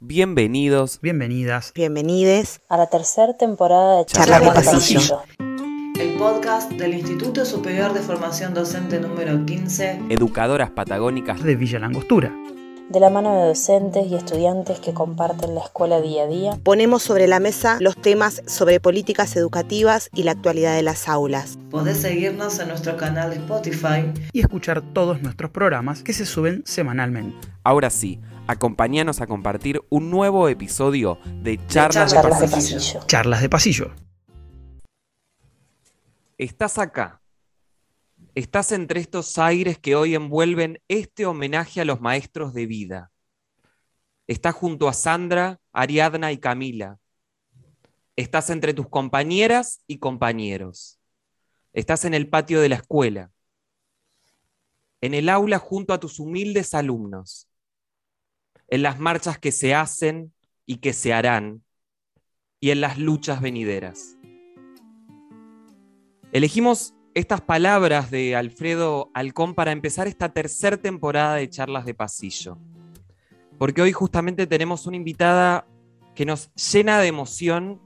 Bienvenidos, Bienvenidas, Bienvenides a la tercera temporada de Charlas de Pasillo. El podcast del Instituto Superior de Formación Docente número 15, educadoras patagónicas de Villa Langostura. de la mano de docentes y estudiantes que comparten la escuela día a día. Ponemos sobre la mesa los temas sobre políticas educativas y la actualidad de las aulas. podés seguirnos en nuestro canal de Spotify. Y escuchar todos nuestros programas que se suben semanalmente. Ahora sí, acompáñanos a compartir un nuevo episodio de Charlas Charlas de de Pasillo. Pasillo. Charlas de pasillo. Estás acá. Estás entre estos aires que hoy envuelven este homenaje a los maestros de vida. Estás junto a Sandra, Ariadna y Camila. Estás entre tus compañeras y compañeros. Estás en el patio de la escuela. En el aula junto a tus humildes alumnos. En las marchas que se hacen y que se harán. Y en las luchas venideras. Elegimos estas palabras de Alfredo Alcón para empezar esta tercera temporada de Charlas de Pasillo. Porque hoy justamente tenemos una invitada que nos llena de emoción.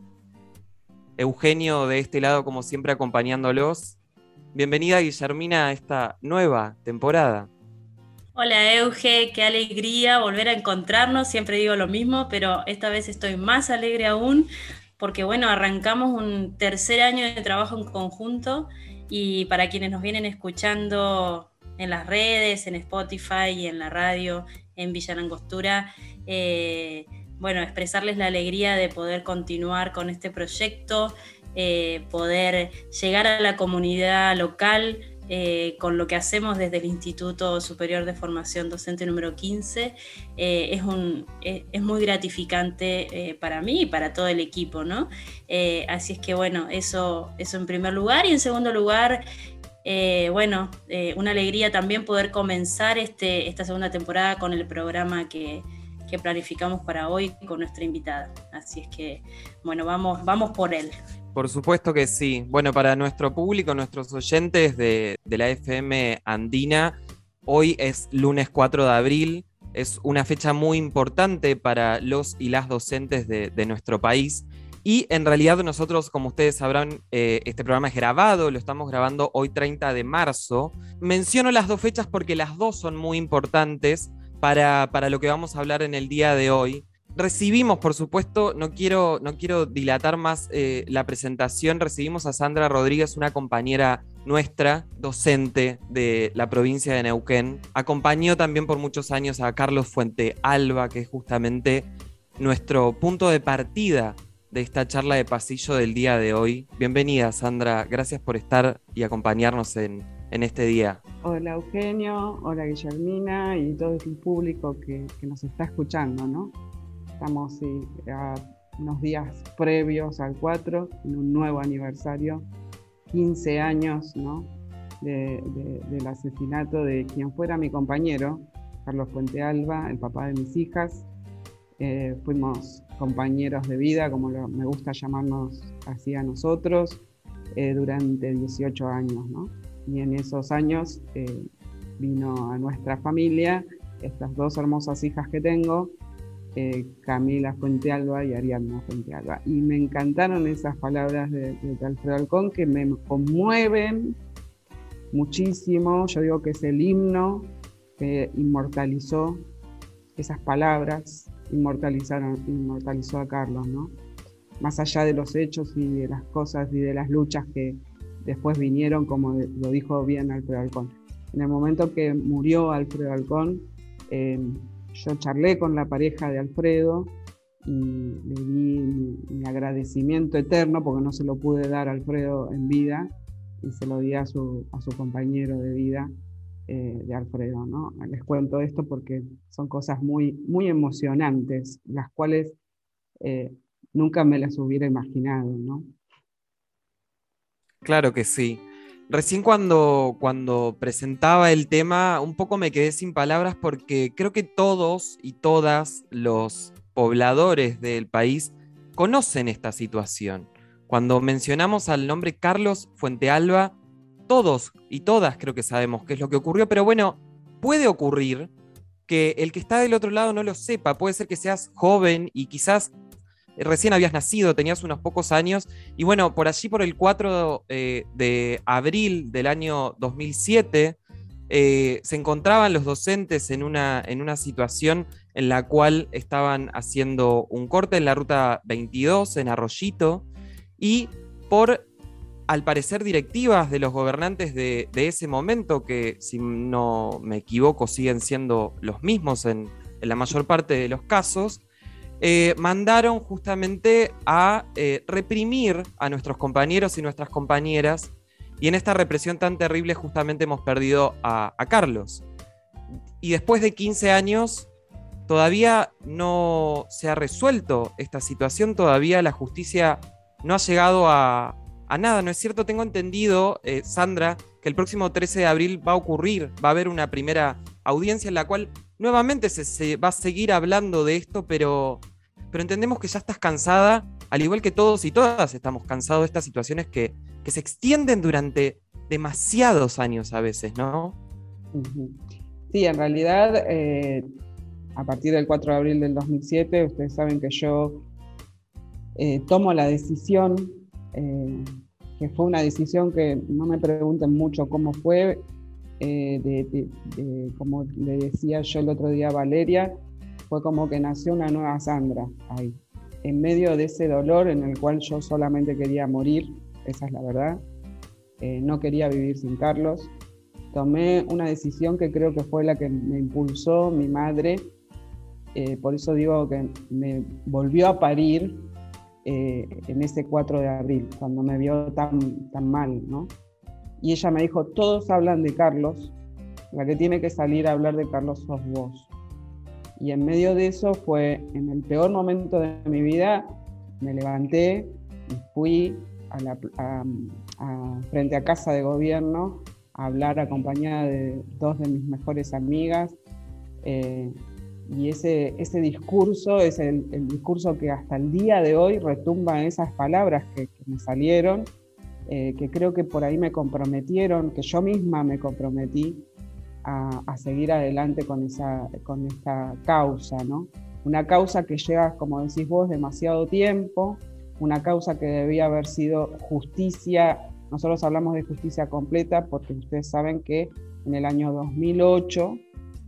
Eugenio de este lado, como siempre, acompañándolos. Bienvenida, Guillermina, a esta nueva temporada. Hola Euge, qué alegría volver a encontrarnos, siempre digo lo mismo, pero esta vez estoy más alegre aún porque bueno, arrancamos un tercer año de trabajo en conjunto y para quienes nos vienen escuchando en las redes, en Spotify y en la radio en Villa Langostura, bueno, expresarles la alegría de poder continuar con este proyecto, poder llegar a la comunidad local, con lo que hacemos desde el Instituto Superior de Formación Docente número 15, es muy gratificante para mí y para todo el equipo, ¿no? Así es que bueno, eso en primer lugar, y en segundo lugar, una alegría también poder comenzar esta segunda temporada con el programa que planificamos para hoy con nuestra invitada. Así es que bueno, vamos por él. Por supuesto que sí. Bueno, para nuestro público, nuestros oyentes de la FM Andina, hoy es lunes 4 de abril. Es una fecha muy importante para los y las docentes de nuestro país. Y en realidad nosotros, como ustedes sabrán, este programa es grabado, lo estamos grabando hoy 30 de marzo. Menciono las dos fechas porque las dos son muy importantes para lo que vamos a hablar en el día de hoy. Recibimos, por supuesto, no quiero dilatar más la presentación, recibimos a Sandra Rodríguez, una compañera nuestra, docente de la provincia de Neuquén. Acompañó también por muchos años a Carlos Fuentealba, que es justamente nuestro punto de partida de esta charla de pasillo del día de hoy. Bienvenida, Sandra, gracias por estar y acompañarnos en este día. Hola Eugenio, hola Guillermina y todo el público que nos está escuchando, ¿no? Estamos a unos días previos al 4, en un nuevo aniversario, 15 años, ¿no? del asesinato de quien fuera mi compañero, Carlos Fuentealba, el papá de mis hijas. Fuimos compañeros de vida, como me gusta llamarnos así a nosotros, durante 18 años, ¿no? Y en esos años vino a nuestra familia estas dos hermosas hijas que tengo, Camila Fuentealba y Ariadna Fuentealba. Y me encantaron esas palabras de Alfredo Alcón, que me conmueven muchísimo. Yo digo que es el himno que inmortalizó esas palabras, inmortalizó a Carlos, ¿no? Más allá de los hechos y de las cosas y de las luchas que después vinieron, como lo dijo bien Alfredo Alcón. En el momento que murió Alfredo Alcón, yo charlé con la pareja de Alfredo y le di mi agradecimiento eterno, porque no se lo pude dar a Alfredo en vida, y se lo di a su compañero de vida de Alfredo, ¿no? Les cuento esto porque son cosas muy, muy emocionantes, las cuales nunca me las hubiera imaginado, ¿no? Claro que sí. Recién cuando presentaba el tema, un poco me quedé sin palabras porque creo que todos y todas los pobladores del país conocen esta situación. Cuando mencionamos al nombre Carlos Fuentealba, todos y todas creo que sabemos qué es lo que ocurrió, pero bueno, puede ocurrir que el que está del otro lado no lo sepa. Puede ser que seas joven y quizás recién habías nacido, tenías unos pocos años, y bueno, por allí por el 4 de abril del año 2007, se encontraban los docentes en una situación en la cual estaban haciendo un corte en la ruta 22 en Arroyito, y por, al parecer, directivas de los gobernantes de ese momento, que si no me equivoco siguen siendo los mismos en la mayor parte de los casos, mandaron justamente a reprimir a nuestros compañeros y nuestras compañeras, y en esta represión tan terrible justamente hemos perdido a Carlos. Y después de 15 años todavía no se ha resuelto esta situación, todavía la justicia no ha llegado a nada, ¿no es cierto? Tengo entendido, Sandra, que el próximo 13 de abril va a haber una primera audiencia en la cual nuevamente se va a seguir hablando de esto, pero entendemos que ya estás cansada, al igual que todos y todas estamos cansados de estas situaciones que se extienden durante demasiados años a veces, ¿no? Sí, en realidad, a partir del 4 de abril del 2007, ustedes saben que yo tomo la decisión, que fue una decisión que no me pregunten mucho cómo fue, como le decía yo el otro día a Valeria, fue como que nació una nueva Sandra ahí, en medio de ese dolor en el cual yo solamente quería morir, esa es la verdad, no quería vivir sin Carlos. Tomé una decisión que creo que fue la que me impulsó mi madre, por eso digo que me volvió a parir en ese 4 de abril, cuando me vio tan mal, ¿no? Y ella me dijo, todos hablan de Carlos, la que tiene que salir a hablar de Carlos sos vos. Y en medio de eso fue, en el peor momento de mi vida, me levanté y fui frente a Casa de Gobierno a hablar acompañada de dos de mis mejores amigas. Y ese discurso es el discurso que hasta el día de hoy retumba en esas palabras que me salieron, que creo que por ahí me comprometieron, que yo misma me comprometí a seguir adelante con esta causa, ¿no? Una causa que lleva, como decís vos, demasiado tiempo, una causa que debía haber sido justicia. Nosotros hablamos de justicia completa porque ustedes saben que en el año 2008,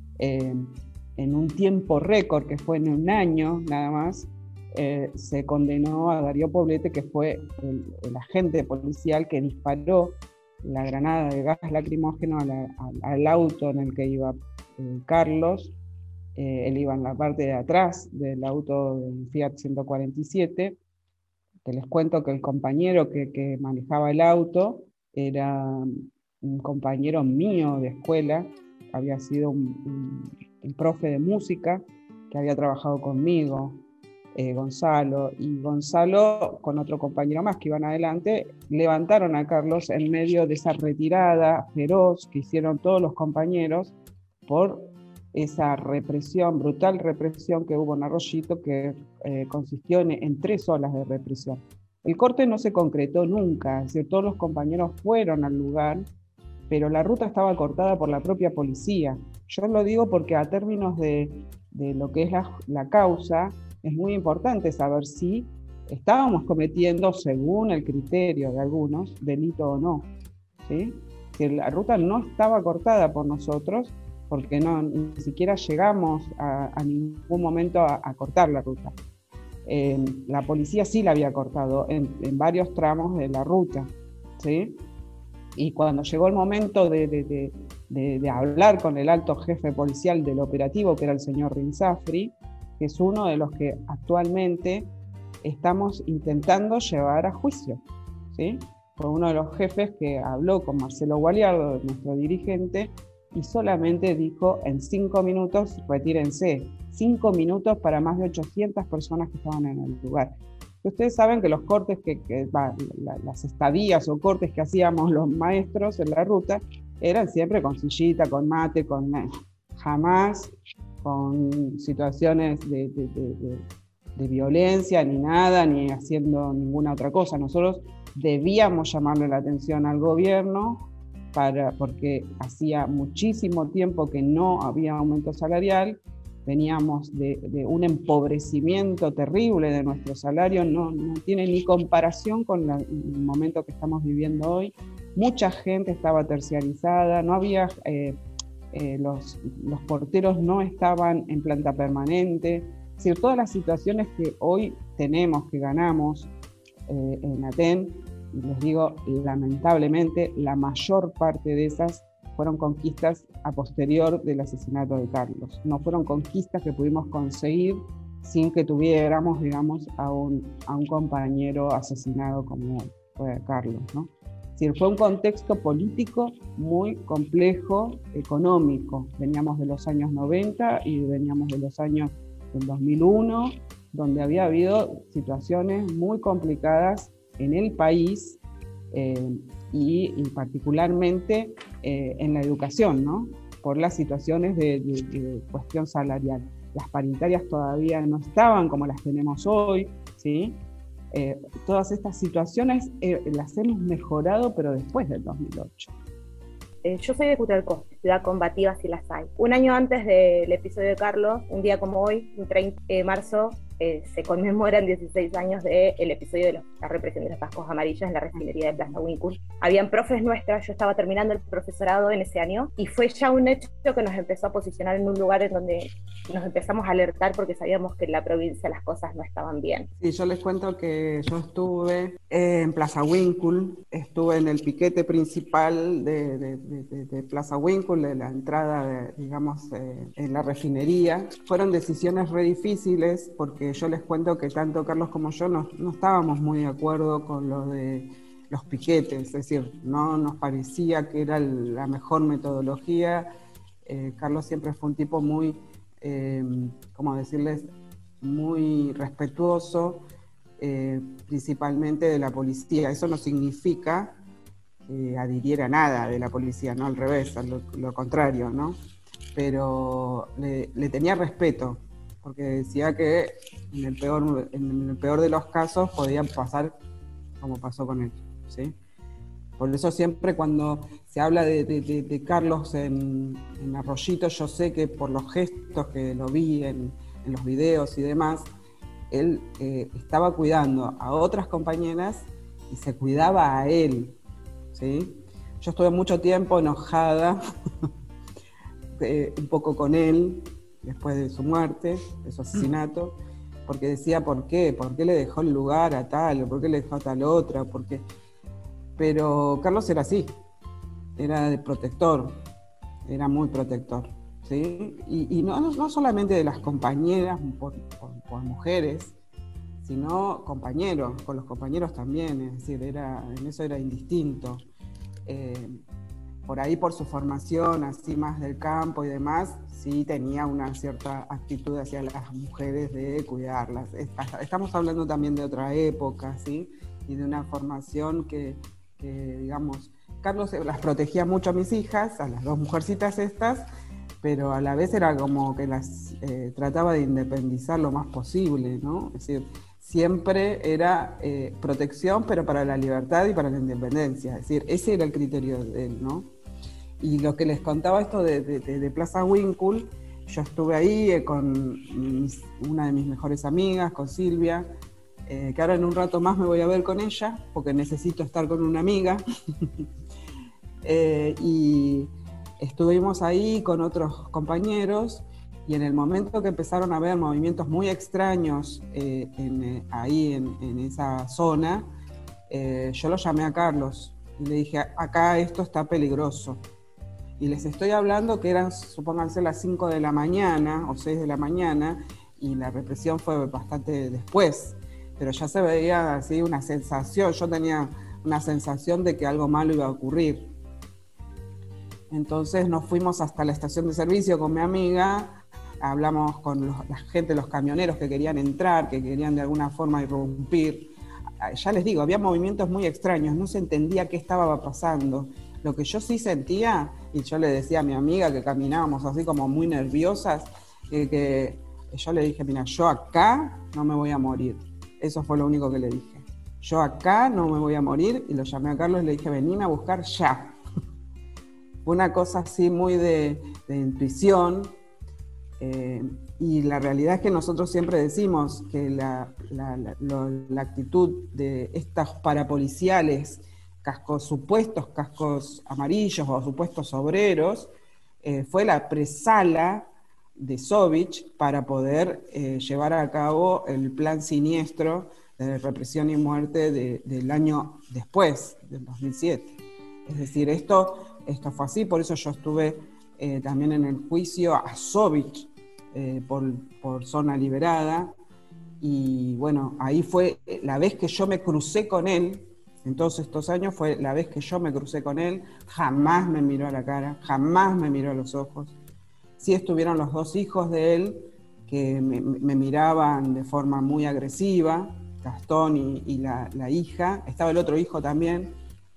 en un tiempo récord, que fue en un año nada más, se condenó a Darío Poblete, que fue el agente policial que disparó la granada de gas lacrimógeno al auto en el que iba Carlos. Él iba en la parte de atrás del auto del Fiat 147. Que les cuento que el compañero que manejaba el auto era un compañero mío de escuela, había sido un profe de música que había trabajado conmigo, Gonzalo, y Gonzalo con otro compañero más que iban adelante, levantaron a Carlos en medio de esa retirada feroz que hicieron todos los compañeros por esa represión, brutal represión que hubo en Arroyito, que consistió en 3 olas de represión. El corte no se concretó nunca, es decir, todos los compañeros fueron al lugar, pero la ruta estaba cortada por la propia policía. Yo lo digo porque a términos de lo que es la causa, es muy importante saber si estábamos cometiendo, según el criterio de algunos, delito o no, ¿sí? Si la ruta no estaba cortada por nosotros, porque ni siquiera llegamos a ningún momento a cortar la ruta. La policía sí la había cortado en varios tramos de la ruta, ¿sí? Y cuando llegó el momento de hablar con el alto jefe policial del operativo, que era el señor Rinzafri, que es uno de los que actualmente estamos intentando llevar a juicio, ¿sí? Fue uno de los jefes que habló con Marcelo Gualiardo, nuestro dirigente, y solamente dijo en 5 minutos, retírense. 5 minutos para más de 800 personas que estaban en el lugar. Ustedes saben que los cortes, las estadías o cortes que hacíamos los maestros en la ruta, eran siempre con sillita, con mate, jamás con situaciones de violencia, ni nada, ni haciendo ninguna otra cosa. Nosotros debíamos llamarle la atención al gobierno porque hacía muchísimo tiempo que no había aumento salarial, veníamos de un empobrecimiento terrible de nuestro salario, no tiene ni comparación con el momento que estamos viviendo hoy. Mucha gente estaba terciarizada, no había, los porteros no estaban en planta permanente. Es decir, todas las situaciones que hoy tenemos, que ganamos en Aten, y les digo, lamentablemente, la mayor parte de esas fueron conquistas a posterior del asesinato de Carlos. No fueron conquistas que pudimos conseguir sin que tuviéramos, digamos, a un compañero asesinado como fue Carlos, ¿no? Es decir, fue un contexto político muy complejo, económico. Veníamos de los años 90 y veníamos de los años del 2001, donde había habido situaciones muy complicadas en el país, y particularmente en la educación, ¿no? Por las situaciones de cuestión salarial. Las paritarias todavía no estaban como las tenemos hoy, ¿sí? Todas estas situaciones las hemos mejorado, pero después del 2008. Yo soy de Cutralcó, ciudad combativa si las hay. Un año antes del episodio de Carlos, un día como hoy, un 30 de marzo, se conmemoran 16 años del episodio de la represión de los cascos amarillos en la refinería de Plaza Winkle. Habían profes nuestras, yo estaba terminando el profesorado en ese año, y fue ya un hecho que nos empezó a posicionar en un lugar en donde nos empezamos a alertar porque sabíamos que en la provincia las cosas no estaban bien. Sí, yo les cuento que yo estuve en Plaza Winkle, estuve en el piquete principal de Plaza Winkle, de la entrada, digamos, en la refinería. Fueron decisiones re difíciles porque yo les cuento que tanto Carlos como yo no estábamos muy de acuerdo con lo de los piquetes, es decir, no nos parecía que era la mejor metodología. Carlos siempre fue un tipo muy, ¿cómo decirles?, muy respetuoso, principalmente de la policía. Eso no significa que adhiriera nada de la policía, no al revés, lo contrario, ¿no? Pero le tenía respeto, porque decía que en el peor de los casos podían pasar como pasó con él, ¿sí? Por eso siempre cuando se habla de Carlos en Arroyito, yo sé que por los gestos que lo vi en los videos y demás, él estaba cuidando a otras compañeras y se cuidaba a él, ¿sí? Yo estuve mucho tiempo enojada un poco con él después de su muerte, de su asesinato, porque decía, ¿por qué? ¿Por qué le dejó el lugar a tal? ¿Por qué le dejó a tal otra? ¿Por qué? Pero Carlos era así, era de protector, era muy protector, ¿sí? Y no solamente de las compañeras por mujeres, sino compañeros, con los compañeros también, es decir, en eso era indistinto. Por ahí, por su formación así más del campo y demás, sí tenía una cierta actitud hacia las mujeres de cuidarlas. Estamos hablando también de otra época, ¿sí? Y de una formación que digamos, Carlos las protegía mucho a mis hijas, a las dos mujercitas estas, pero a la vez era como que las trataba de independizar lo más posible, ¿no? Es decir, siempre era protección, pero para la libertad y para la independencia. Es decir, ese era el criterio de él, ¿no? Y lo que les contaba esto de Plaza Winkle, yo estuve ahí con una de mis mejores amigas, con Silvia, que ahora en un rato más me voy a ver con ella, porque necesito estar con una amiga. Y estuvimos ahí con otros compañeros, y en el momento que empezaron a haber movimientos muy extraños ahí en esa zona, yo lo llamé a Carlos y le dije, acá esto está peligroso. Y les estoy hablando que eran, supónganse, las 5 de la mañana o 6 de la mañana, y la represión fue bastante después, pero ya se veía así una sensación, yo tenía una sensación de que algo malo iba a ocurrir. Entonces nos fuimos hasta la estación de servicio con mi amiga, hablamos con la gente, los camioneros que querían entrar, que querían de alguna forma irrumpir. Ya les digo, había movimientos muy extraños, no se entendía qué estaba pasando. Lo que yo sí sentía, y yo le decía a mi amiga que caminábamos así como muy nerviosas, que yo le dije, mira, yo acá no me voy a morir. Eso fue lo único que le dije. Yo acá no me voy a morir, y lo llamé a Carlos y le dije, venime a buscar ya. Fue una cosa así muy de intuición, y la realidad es que nosotros siempre decimos que la actitud de estos parapoliciales, supuestos cascos amarillos o supuestos obreros, fue la presala de Sovich para poder llevar a cabo el plan siniestro de represión y muerte del año después, del 2007. Es decir, esto fue así, por eso yo estuve también en el juicio a Sovich por zona liberada, y bueno, ahí fue la vez que yo me crucé con él. En todos estos años fue la vez que yo me crucé con él, jamás me miró a la cara, jamás me miró a los ojos. Sí estuvieron los dos hijos de él que me miraban de forma muy agresiva, Gastón y la hija, estaba el otro hijo también.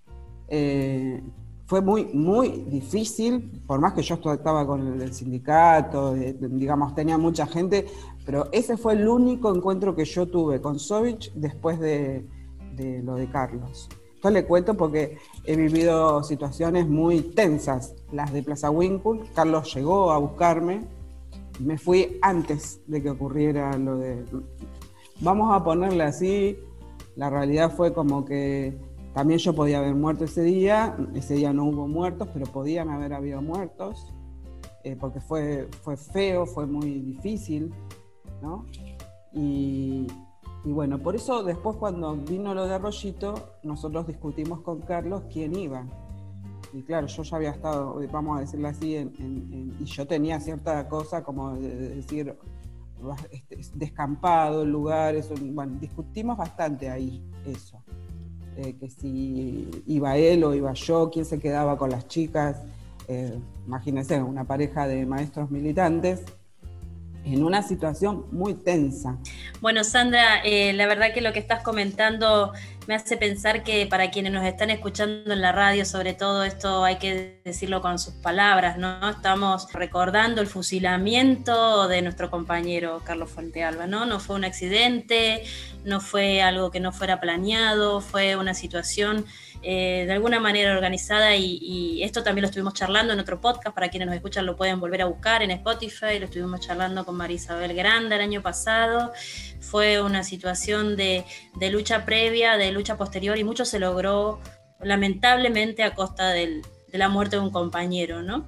Fue muy, muy difícil, por más que yo estaba con el sindicato, digamos, tenía mucha gente, pero ese fue el único encuentro que yo tuve con Sovich después de lo de Carlos. Esto le cuento porque he vivido situaciones muy tensas, las de Plaza Winkle. Carlos llegó a buscarme, me fui antes de que ocurriera lo de... Vamos a ponerle así, la realidad fue como que también yo podía haber muerto ese día no hubo muertos, pero podían haber habido muertos, porque fue feo, fue muy difícil, ¿no? Y bueno, por eso después cuando vino lo de Arroyito, nosotros discutimos con Carlos quién iba. Y claro, yo ya había estado, vamos a decirlo así, y yo tenía cierta cosa como de decir, descampado el lugar, eso, bueno, discutimos bastante ahí eso. Que si iba él o iba yo, quién se quedaba con las chicas. Imagínense, una pareja de maestros militantes en una situación muy tensa. Bueno, Sandra, la verdad que lo que estás comentando me hace pensar que para quienes nos están escuchando en la radio, sobre todo esto hay que decirlo con sus palabras, ¿no? Estamos recordando el fusilamiento de nuestro compañero Carlos Fuentealba, ¿no? No fue un accidente, no fue algo que no fuera planeado, fue una situación de alguna manera organizada, y esto también lo estuvimos charlando en otro podcast. Para quienes nos escuchan lo pueden volver a buscar en Spotify, lo estuvimos charlando con María Isabel Granda el año pasado. Fue una situación de lucha previa, de lucha posterior, y mucho se logró lamentablemente a costa de la muerte de un compañero, ¿no?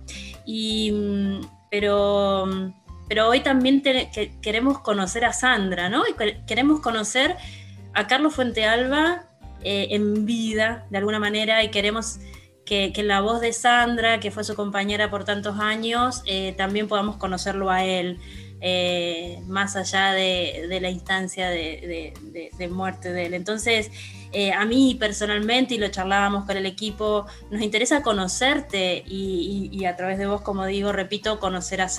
Pero hoy también queremos conocer a Sandra, ¿no? Y queremos conocer a Carlos Fuentealba en vida, de alguna manera, y queremos que la voz de Sandra, que fue su compañera por tantos años, también podamos conocerlo a él, más allá de la instancia de muerte de él. Entonces, a mí personalmente, y lo charlábamos con el equipo, nos interesa conocerte y a través de vos, como digo, repito, conocer a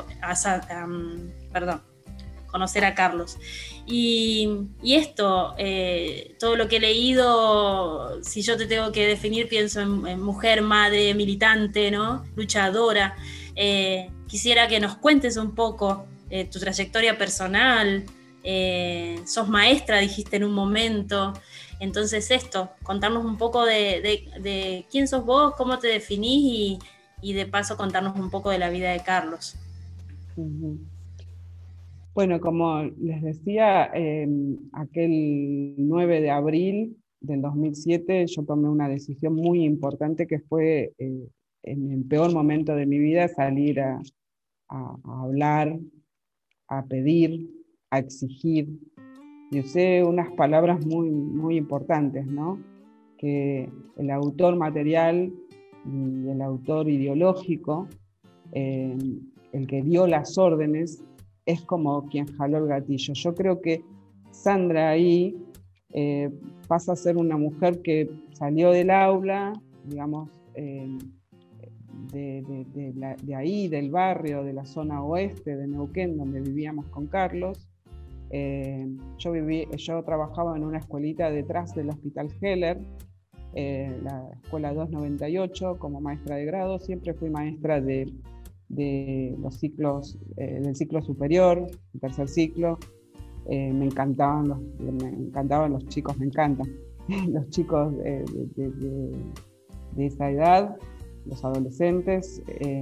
conocer a Carlos. Y esto, todo lo que he leído, si yo te tengo que definir, pienso en mujer, madre, militante, ¿no? Luchadora. Quisiera que nos cuentes un poco tu trayectoria personal. Sos maestra, dijiste en un momento. Entonces contarnos un poco de quién sos vos, cómo te definís, y de paso contarnos un poco de la vida de Carlos. Uh-huh. Bueno, como les decía, aquel 9 de abril del 2007 yo tomé una decisión muy importante, que fue en el peor momento de mi vida salir a hablar, a pedir, a exigir. Y usé unas palabras muy, muy importantes, ¿no? Que el autor material y el autor ideológico, el que dio las órdenes, es como quien jaló el gatillo. Yo creo que Sandra ahí pasa a ser una mujer que salió del aula, digamos, de ahí, del barrio, de la zona oeste de Neuquén, donde vivíamos con Carlos. Yo trabajaba en una escuelita detrás del Hospital Heller, la escuela 298, como maestra de grado. Siempre fui maestra de los ciclos, del ciclo superior, el tercer ciclo. Me encantaban los chicos, me encantan los chicos de esa edad, los adolescentes,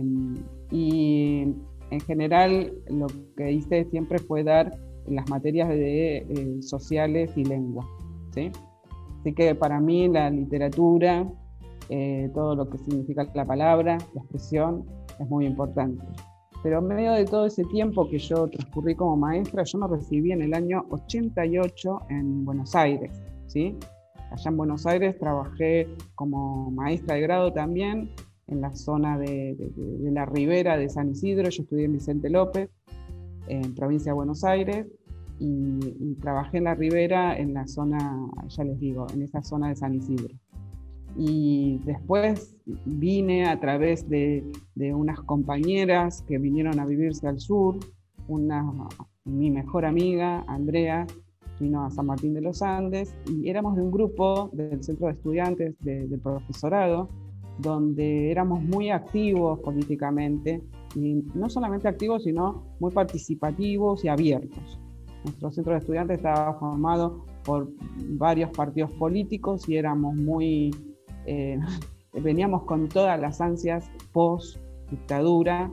y en general lo que hice siempre fue dar las materias de sociales y lengua, ¿sí? Así que para mí la literatura, todo lo que significa la palabra, la expresión, es muy importante. Pero en medio de todo ese tiempo que yo transcurrí como maestra, yo me recibí en el año 88 en Buenos Aires, ¿sí? Allá en Buenos Aires trabajé como maestra de grado también, en la zona de la ribera de San Isidro. Yo estudié en Vicente López, en provincia de Buenos Aires, y trabajé en la ribera, en la zona, ya les digo, en esa zona de San Isidro. Y después vine a través de unas compañeras que vinieron a vivirse al sur, mi mejor amiga, Andrea, vino a San Martín de los Andes, y éramos de un grupo del centro de estudiantes del profesorado, donde éramos muy activos políticamente, y no solamente activos, sino muy participativos y abiertos. Nuestro centro de estudiantes estaba formado por varios partidos políticos y éramos muy... veníamos con todas las ansias post-dictadura,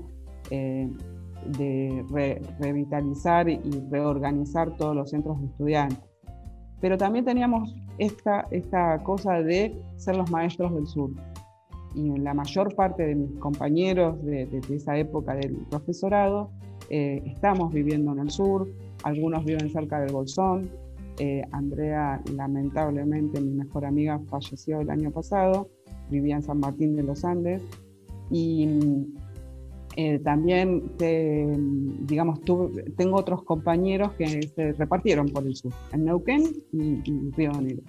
de revitalizar y reorganizar todos los centros de estudiantes. Pero también teníamos esta cosa de ser los maestros del sur. Y la mayor parte de mis compañeros de esa época del profesorado estamos viviendo en el sur, algunos viven cerca del Bolsón. Andrea, lamentablemente, mi mejor amiga, falleció el año pasado, vivía en San Martín de los Andes, y también, digamos, tengo otros compañeros que se repartieron por el sur, en Neuquén y Río Negro.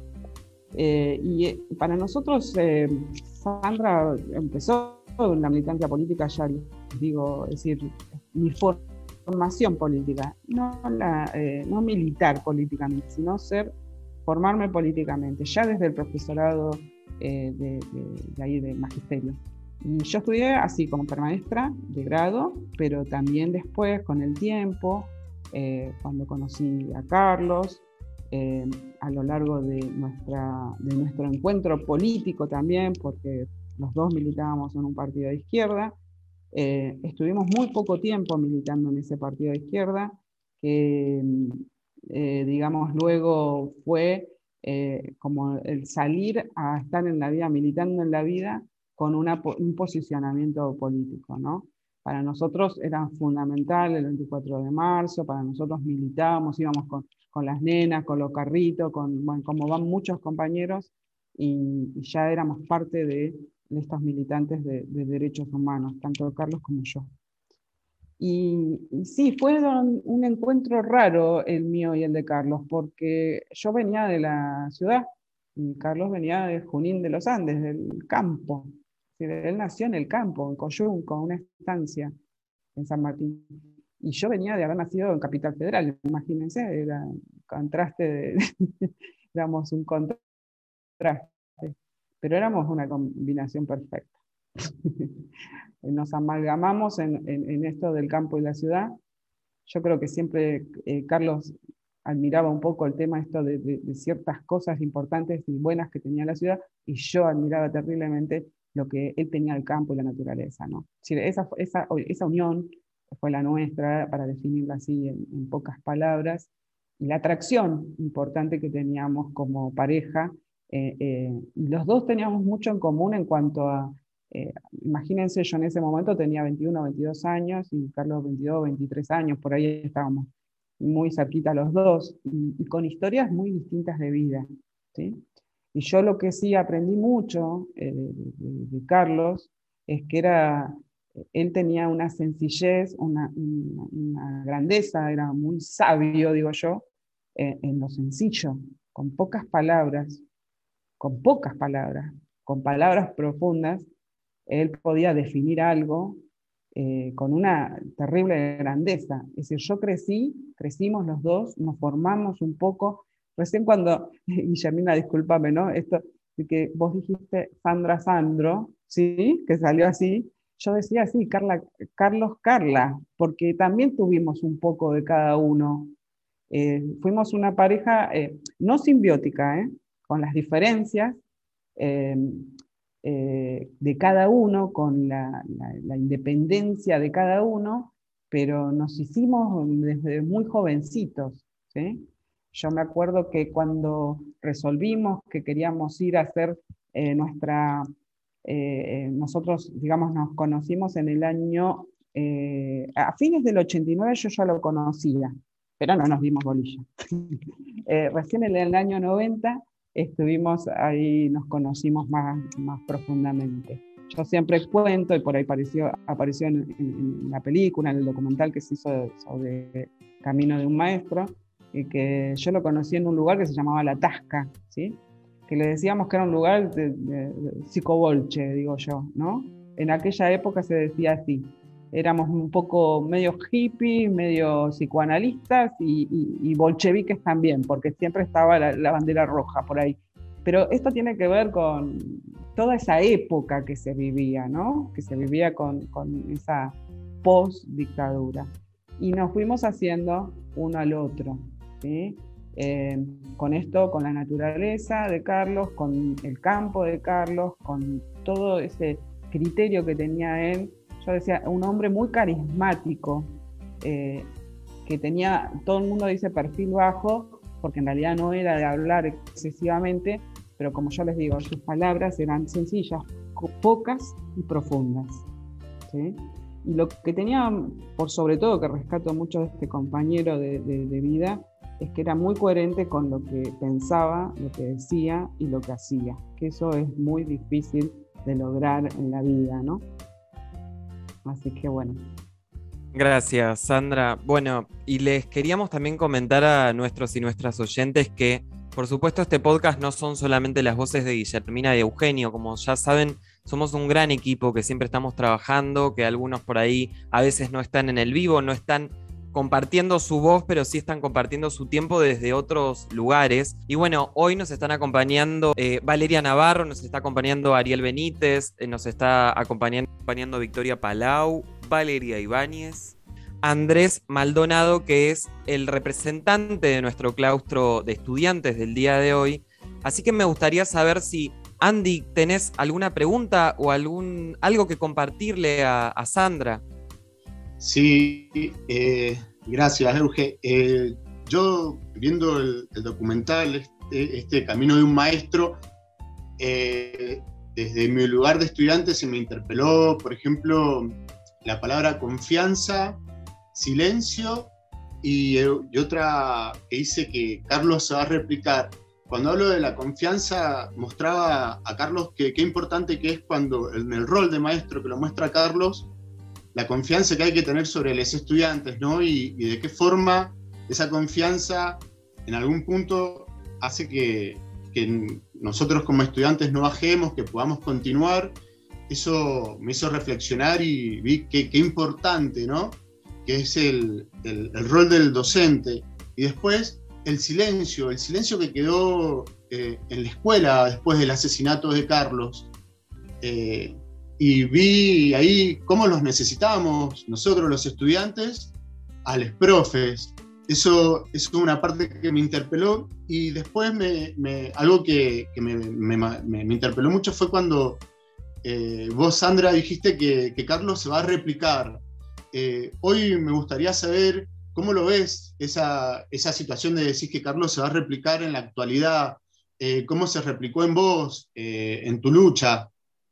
Y para nosotros, Sandra empezó la militancia política, ya les digo, es decir, mi formación política, no militar políticamente, sino formarme políticamente, ya desde el profesorado de ahí de magisterio. Y yo estudié así como maestra de grado, pero también después, con el tiempo, cuando conocí a Carlos, a lo largo de nuestro encuentro político también, porque los dos militábamos en un partido de izquierda, estuvimos muy poco tiempo militando en ese partido de izquierda, que digamos luego fue como el salir a estar en la vida, militando en la vida, con un posicionamiento político, ¿no? Para nosotros era fundamental el 24 de marzo, para nosotros militábamos, íbamos con las nenas, con los carritos, bueno, como van muchos compañeros, y ya éramos parte de estos militantes de derechos humanos, tanto Carlos como yo. Y sí, fue un encuentro raro el mío y el de Carlos, porque yo venía de la ciudad, y Carlos venía de Junín de los Andes, del campo. Él nació en el campo, en Coyunco, una estancia en San Martín. Y yo venía de haber nacido en Capital Federal, imagínense, era un contraste, éramos un contraste, pero éramos una combinación perfecta. Nos amalgamamos en esto del campo y la ciudad. Yo creo que siempre Carlos admiraba un poco el tema esto de ciertas cosas importantes y buenas que tenía la ciudad, y yo admiraba terriblemente lo que él tenía el campo y la naturaleza, ¿no? Esa unión fue la nuestra, para definirla así en pocas palabras, y la atracción importante que teníamos como pareja, y los dos teníamos mucho en común en cuanto a, imagínense, yo en ese momento tenía 21 o 22 años, y Carlos 22 o 23 años, por ahí estábamos muy cerquita los dos, y con historias muy distintas de vida, ¿sí? Y yo lo que sí aprendí mucho de Carlos es que él tenía una sencillez, una grandeza, era muy sabio, digo yo, en lo sencillo, con pocas palabras, con palabras profundas. Él podía definir algo con una terrible grandeza. Es decir, crecimos los dos, nos formamos un poco. Recién cuando, Guillermina, discúlpame, ¿no? Esto de que vos dijiste Sandra Sandro, ¿sí? Que salió así. Yo decía así, Carlos Carla, porque también tuvimos un poco de cada uno. Fuimos una pareja no simbiótica, con las diferencias, de cada uno, con la independencia de cada uno, pero nos hicimos desde muy jovencitos, ¿sí? Yo me acuerdo que cuando resolvimos que queríamos ir a hacer nosotros, digamos, nos conocimos en el año, a fines del 89 yo ya lo conocía, pero no nos dimos bolilla. Recién en el año 90 estuvimos ahí, nos conocimos más profundamente. Yo siempre cuento, y por ahí apareció en la película, en el documental que se hizo sobre Camino de un Maestro, que yo lo conocí en un lugar que se llamaba La Tasca, ¿sí? Que le decíamos que era un lugar de psicobolche, digo yo, ¿no? En aquella época se decía así. Éramos un poco medio hippies, medio psicoanalistas y bolcheviques también, porque siempre estaba la bandera roja por ahí. Pero esto tiene que ver con toda esa época que se vivía, ¿no? Que se vivía con esa post-dictadura. Y nos fuimos haciendo uno al otro, ¿sí? Con esto, con la naturaleza de Carlos, con el campo de Carlos, con todo ese criterio que tenía él. Yo decía, un hombre muy carismático, que tenía, todo el mundo dice perfil bajo, porque en realidad no era de hablar excesivamente, pero como yo les digo, sus palabras eran sencillas, pocas y profundas, ¿sí? Y lo que tenía, por sobre todo, que rescato mucho de este compañero de vida, es que era muy coherente con lo que pensaba, lo que decía y lo que hacía, que eso es muy difícil de lograr en la vida, ¿no? Así que bueno. Gracias, Sandra. Bueno, y les queríamos también comentar a nuestros y nuestras oyentes que, por supuesto, este podcast no son solamente las voces de Guillermina y Eugenio. Como ya saben, somos un gran equipo que siempre estamos trabajando, que algunos por ahí a veces no están en el vivo, no están compartiendo su voz, pero sí están compartiendo su tiempo desde otros lugares. Y bueno, hoy nos están acompañando Valeria Navarro, nos está acompañando Ariel Benítez, nos está acompañando Victoria Palau, Valeria Ibáñez, Andrés Maldonado, que es el representante de nuestro claustro de estudiantes del día de hoy. Así que me gustaría saber si, Andy, ¿tenés alguna pregunta o algo que compartirle a Sandra? Sí, gracias, Euge. Yo, viendo el documental, este Camino de un Maestro, desde mi lugar de estudiante se me interpeló, por ejemplo, la palabra confianza, silencio y otra que dice que Carlos se va a replicar. Cuando hablo de la confianza, mostraba a Carlos qué importante que es cuando en el rol de maestro que lo muestra Carlos, la confianza que hay que tener sobre los estudiantes, ¿no? Y de qué forma esa confianza en algún punto hace que nosotros como estudiantes no bajemos, que podamos continuar. Eso me hizo reflexionar y vi qué importante, ¿no? Que es el rol del docente. Y después el silencio que quedó en la escuela después del asesinato de Carlos. Y vi ahí cómo los necesitamos nosotros los estudiantes a los profes. Eso es una parte que me interpeló. Y después algo que me interpeló mucho fue cuando vos, Sandra, dijiste que Carlos se va a replicar. Hoy me gustaría saber cómo lo ves esa situación de decir que Carlos se va a replicar en la actualidad. ¿Cómo se replicó en vos, en tu lucha?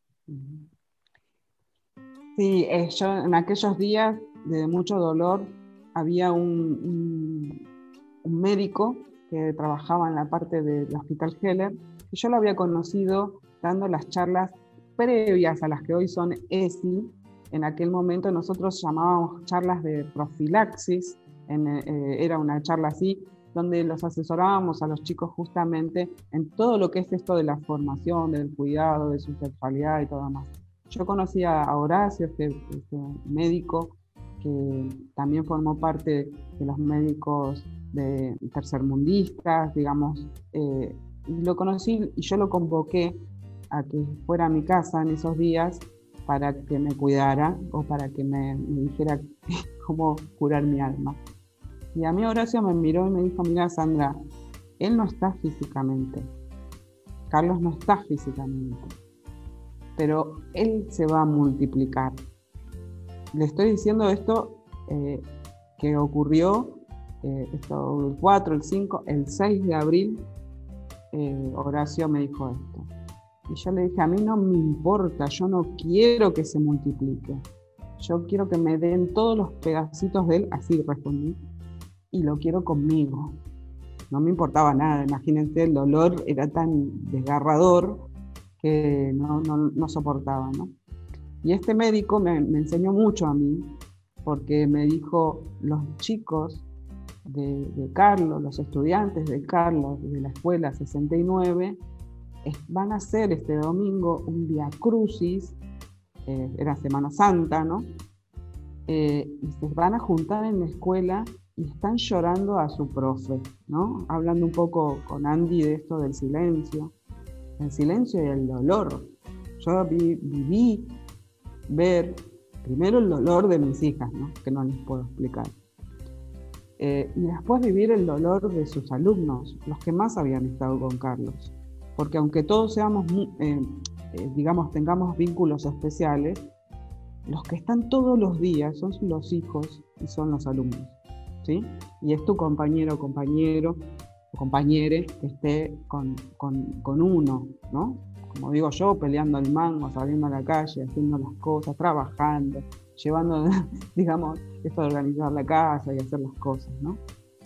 Sí, yo en aquellos días de mucho dolor había un médico que trabajaba en la parte del Hospital Heller, que yo lo había conocido dando las charlas previas a las que hoy son ESI. En aquel momento nosotros llamábamos charlas de profilaxis, era una charla así, donde los asesorábamos a los chicos justamente en todo lo que es esto de la formación, del cuidado, de su sexualidad y todo más. Yo conocí a Horacio, este médico, que también formó parte de los médicos de tercermundistas, digamos, y lo conocí y yo lo convoqué a que fuera a mi casa en esos días para que me cuidara o para que me dijera cómo curar mi alma. Y a mí Horacio me miró y me dijo, mira, Sandra, él no está físicamente, Carlos no está físicamente, pero él se va a multiplicar. Le estoy diciendo esto que ocurrió esto, el 4, el 5, el 6 de abril, Horacio me dijo esto. Y yo le dije, a mí no me importa, yo no quiero que se multiplique. Yo quiero que me den todos los pedacitos de él, así respondí, y lo quiero conmigo. No me importaba nada, imagínense, el dolor era tan desgarrador que no soportaba, ¿no? Y este médico me enseñó mucho a mí, porque me dijo, los chicos de Carlos, los estudiantes de Carlos, de la escuela 69, van a hacer este domingo un Vía Crucis, era Semana Santa, ¿no? Y se van a juntar en la escuela y están llorando a su profe, ¿no? Hablando un poco con Andy de esto del silencio, el silencio y el dolor. Yo viví ver primero el dolor de mis hijas, ¿no? Que no les puedo explicar. Y después vivir el dolor de sus alumnos, los que más habían estado con Carlos. Porque aunque todos seamos, digamos, tengamos vínculos especiales, los que están todos los días son los hijos y son los alumnos, ¿sí? Y es tu compañero o compañere que esté con uno, ¿no? Como digo yo, peleando el mango, saliendo a la calle, haciendo las cosas, trabajando, llevando, digamos, esto de organizar la casa y hacer las cosas, ¿no?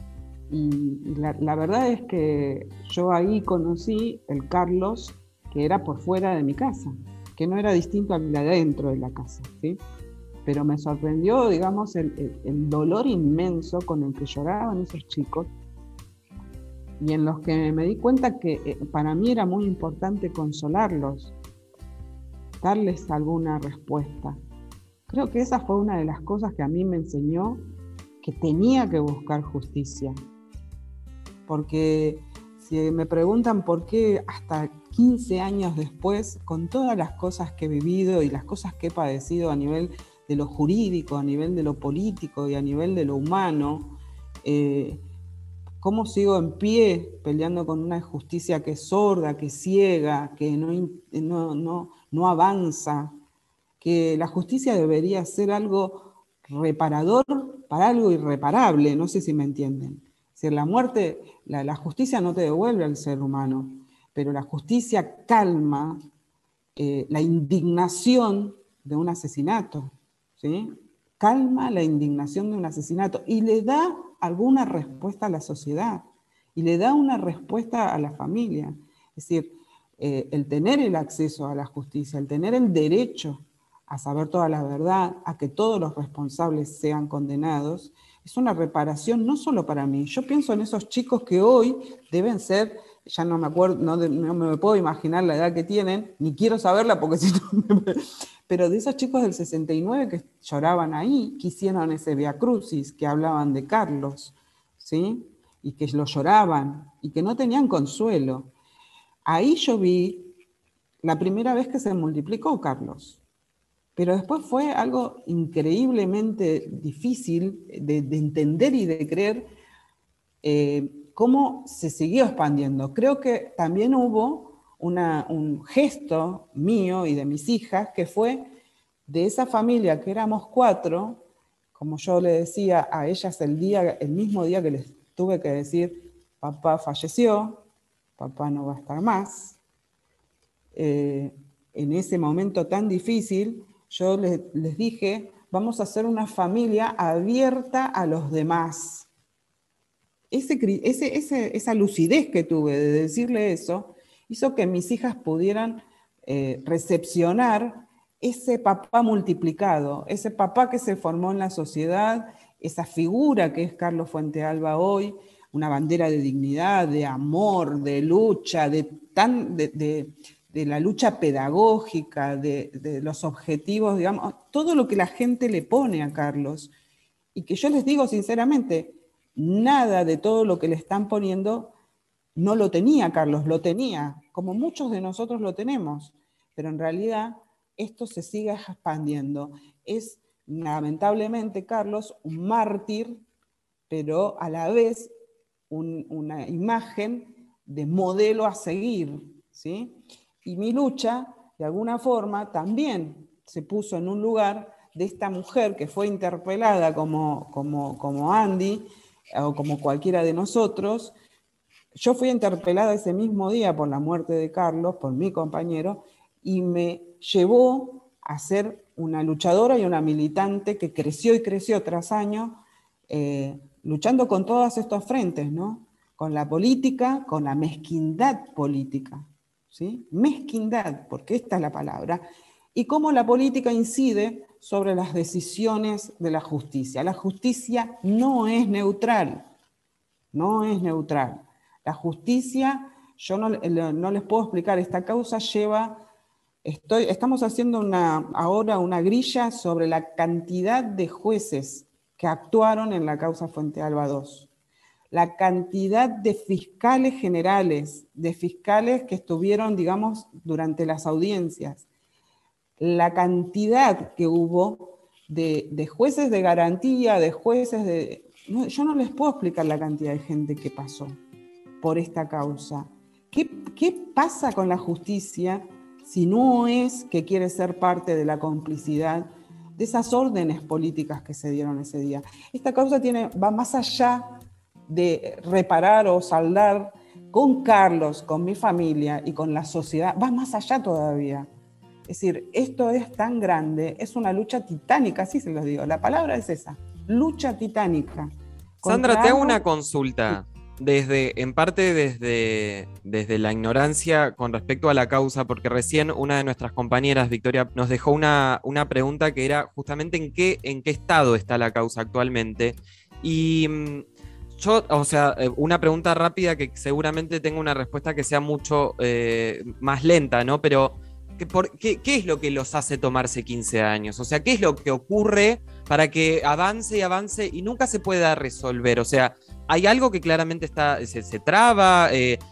Y la verdad es que yo ahí conocí el Carlos que era por fuera de mi casa, que no era distinto al de adentro de la casa, ¿sí? Pero me sorprendió, digamos, el dolor inmenso con el que lloraban esos chicos, y en los que me di cuenta que para mí era muy importante consolarlos, darles alguna respuesta. Creo que esa fue una de las cosas que a mí me enseñó que tenía que buscar justicia. Porque si me preguntan por qué hasta 15 años después, con todas las cosas que he vivido y las cosas que he padecido a nivel de lo jurídico, a nivel de lo político y a nivel de lo humano, cómo sigo en pie peleando con una justicia que es sorda, que es ciega, que no avanza, que la justicia debería ser algo reparador para algo irreparable, no sé si me entienden. Es decir, la muerte, la justicia no te devuelve al ser humano, pero la justicia calma la indignación de un asesinato, ¿sí? Calma la indignación de un asesinato y le da alguna respuesta a la sociedad y le da una respuesta a la familia. Es decir, el tener el acceso a la justicia, el tener el derecho a saber toda la verdad, a que todos los responsables sean condenados, es una reparación no solo para mí. Yo pienso en esos chicos que hoy deben ser, ya no me acuerdo, no me puedo imaginar la edad que tienen, ni quiero saberla porque si no pero de esos chicos del 69 que lloraban ahí, que hicieron ese Vía Crucis, que hablaban de Carlos, ¿sí? Y que lo lloraban y que no tenían consuelo. Ahí yo vi la primera vez que se multiplicó Carlos. Pero después fue algo increíblemente difícil de entender y de creer cómo se siguió expandiendo. Creo que también hubo un gesto mío y de mis hijas que fue de esa familia que éramos 4, como yo le decía a ellas el mismo día que les tuve que decir, papá falleció, papá no va a estar más. En ese momento tan difícil, yo les dije, vamos a hacer una familia abierta a los demás. Esa lucidez que tuve de decirle eso, hizo que mis hijas pudieran recepcionar ese papá multiplicado, ese papá que se formó en la sociedad, esa figura que es Carlos Fuentealba hoy, una bandera de dignidad, de amor, de lucha, de la lucha pedagógica, de los objetivos, digamos, todo lo que la gente le pone a Carlos. Y que yo les digo sinceramente, nada de todo lo que le están poniendo no lo tenía Carlos, lo tenía, como muchos de nosotros lo tenemos, pero en realidad esto se sigue expandiendo. Es lamentablemente, Carlos, un mártir, pero a la vez una imagen de modelo a seguir, ¿sí? Y mi lucha de alguna forma, también se puso en un lugar de esta mujer que fue interpelada como Andy, o como cualquiera de nosotros. Yo fui interpelada ese mismo día por la muerte de Carlos, por mi compañero, y me llevó a ser una luchadora y una militante que creció y creció tras año, luchando con todos estos frentes, ¿no? Con la política, con la mezquindad política, ¿sí? Mezquindad, porque esta es la palabra, y cómo la política incide sobre las decisiones de la justicia. La justicia no es neutral, no es neutral. La justicia, yo no les puedo explicar, esta causa lleva... Estamos haciendo ahora una grilla sobre la cantidad de jueces que actuaron en la causa Fuente Alba II, la cantidad de fiscales generales, de fiscales que estuvieron, digamos, durante las audiencias, la cantidad que hubo de jueces de garantía, de jueces de... yo no les puedo explicar la cantidad de gente que pasó por esta causa. ¿Qué pasa con la justicia si no es que quiere ser parte de la complicidad de esas órdenes políticas que se dieron ese día? Esta causa va más allá de reparar o saldar con Carlos, con mi familia y con la sociedad, va más allá todavía. Es decir, esto es tan grande, es una lucha titánica, así se los digo, la palabra es esa, lucha titánica. Sandra, te hago una consulta. En parte desde la ignorancia con respecto a la causa, porque recién una de nuestras compañeras, Victoria, nos dejó una pregunta que era justamente en qué estado está la causa actualmente. Y yo, o sea, una pregunta rápida que seguramente tenga una respuesta que sea mucho más lenta, ¿no? Pero ¿qué es lo que los hace tomarse 15 años? O sea, ¿qué es lo que ocurre para que avance y avance y nunca se pueda resolver? O sea, hay algo que claramente se traba,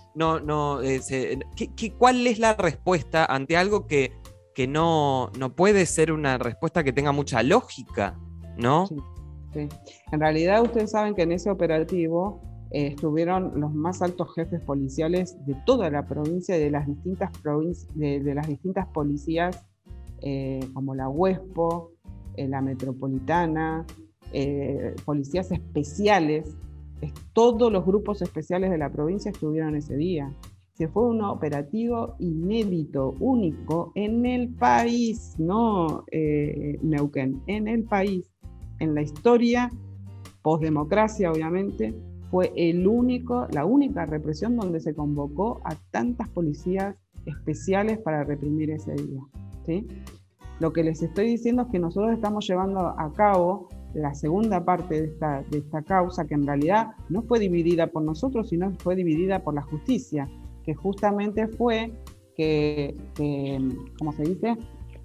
¿cuál es la respuesta ante algo que no puede ser una respuesta que tenga mucha lógica, ¿no? Sí, sí. En realidad ustedes saben que en ese operativo estuvieron los más altos jefes policiales de toda la provincia y de las distintas de las distintas policías, como la Huespo, la Metropolitana, policías especiales. Todos los grupos especiales de la provincia estuvieron ese día. Fue un operativo inédito, único en el país, no Neuquén, en el país, en la historia, posdemocracia obviamente, fue la única represión donde se convocó a tantas policías especiales para reprimir ese día, ¿sí? Lo que les estoy diciendo es que nosotros estamos llevando a cabo la segunda parte de esta causa, que en realidad no fue dividida por nosotros, sino fue dividida por la justicia, que justamente fue ¿cómo se dice?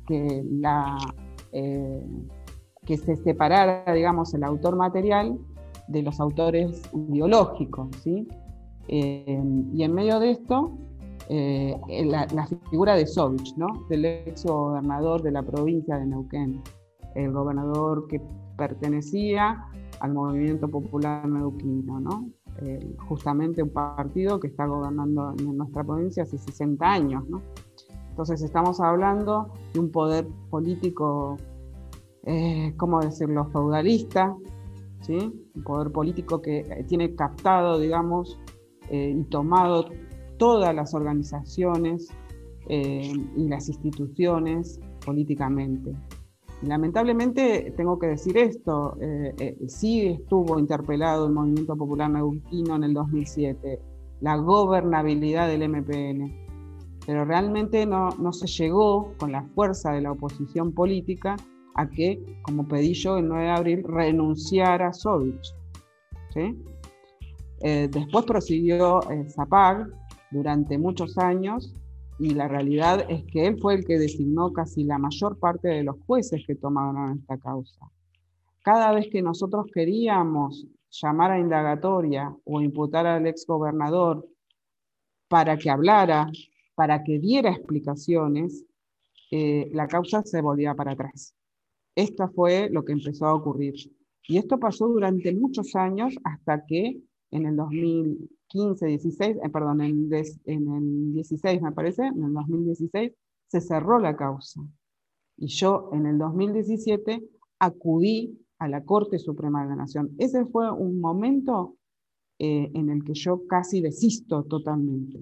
Que se separara, digamos, el autor material de los autores biológicos, ¿sí? Y en medio de esto, la figura de Sovich, ¿no? Del ex gobernador de la provincia de Neuquén, el gobernador que pertenecía al movimiento popular neuquino, ¿no? Justamente un partido que está gobernando en nuestra provincia hace 60 años, ¿no? Entonces estamos hablando de un poder político, ¿cómo decirlo?, feudalista, ¿sí? Un poder político que tiene captado, digamos, y tomado todas las organizaciones y las instituciones políticamente. Y lamentablemente tengo que decir esto, sí estuvo interpelado el Movimiento Popular Neuquino en el 2007, la gobernabilidad del MPN, pero realmente no se llegó con la fuerza de la oposición política a que, como pedí yo el 9 de abril, renunciara Sovich, ¿sí? Después prosiguió Zapag durante muchos años, y la realidad es que él fue el que designó casi la mayor parte de los jueces que tomaron esta causa. Cada vez que nosotros queríamos llamar a indagatoria o imputar al exgobernador para que hablara, para que diera explicaciones, la causa se volvía para atrás. Esto fue lo que empezó a ocurrir. Y esto pasó durante muchos años hasta que en el 2015, 16, en el 16 me parece, en el 2016, se cerró la causa. Y yo en el 2017 acudí a la Corte Suprema de la Nación. Ese fue un momento en el que yo casi desisto totalmente.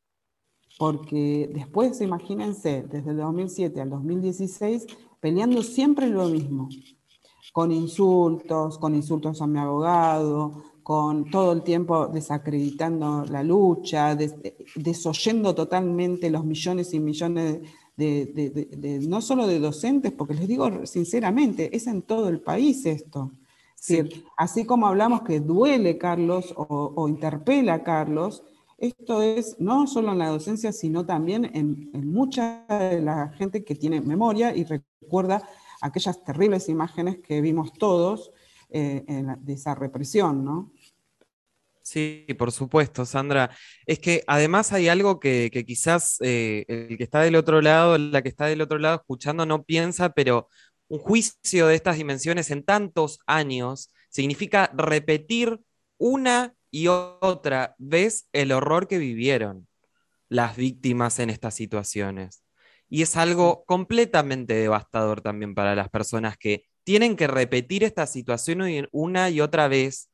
Porque después, imagínense, desde el 2007 al 2016, peleando siempre lo mismo, con insultos a mi abogado, con todo el tiempo desacreditando la lucha, desoyendo totalmente los millones y millones no solo de docentes, porque les digo sinceramente, es en todo el país esto. Sí. Es decir, así como hablamos que duele Carlos o interpela a Carlos, esto es no solo en la docencia, sino también en mucha de la gente que tiene memoria y recuerda aquellas terribles imágenes que vimos todos de esa represión, ¿no? Sí, por supuesto, Sandra. Es que además hay algo que quizás el que está del otro lado, la que está del otro lado escuchando no piensa, pero un juicio de estas dimensiones en tantos años significa repetir una y otra vez el horror que vivieron las víctimas en estas situaciones. Y es algo completamente devastador también para las personas que tienen que repetir esta situación una y otra vez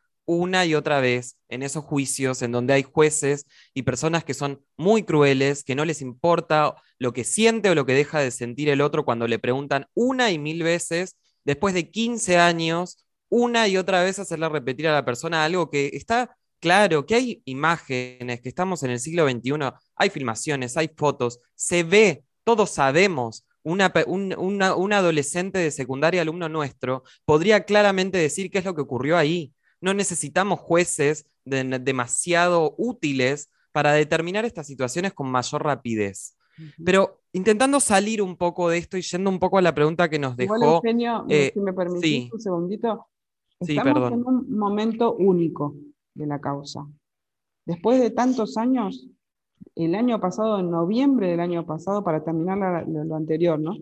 en esos juicios en donde hay jueces y personas que son muy crueles, que no les importa lo que siente o lo que deja de sentir el otro cuando le preguntan una y mil veces, después de 15 años, una y otra vez hacerle repetir a la persona algo que está claro, que hay imágenes, que estamos en el siglo XXI, hay filmaciones, hay fotos, se ve, todos sabemos. Un adolescente de secundaria, alumno nuestro, podría claramente decir qué es lo que ocurrió ahí. No necesitamos jueces demasiado útiles para determinar estas situaciones con mayor rapidez. Pero intentando salir un poco de esto y yendo un poco a la pregunta que nos dejó... Igual, Eugenio, si me permitís sí. un segundito, Sí, estamos en un momento único de la causa. Después de tantos años, el año pasado, en noviembre del año pasado, para terminar lo anterior, ¿no?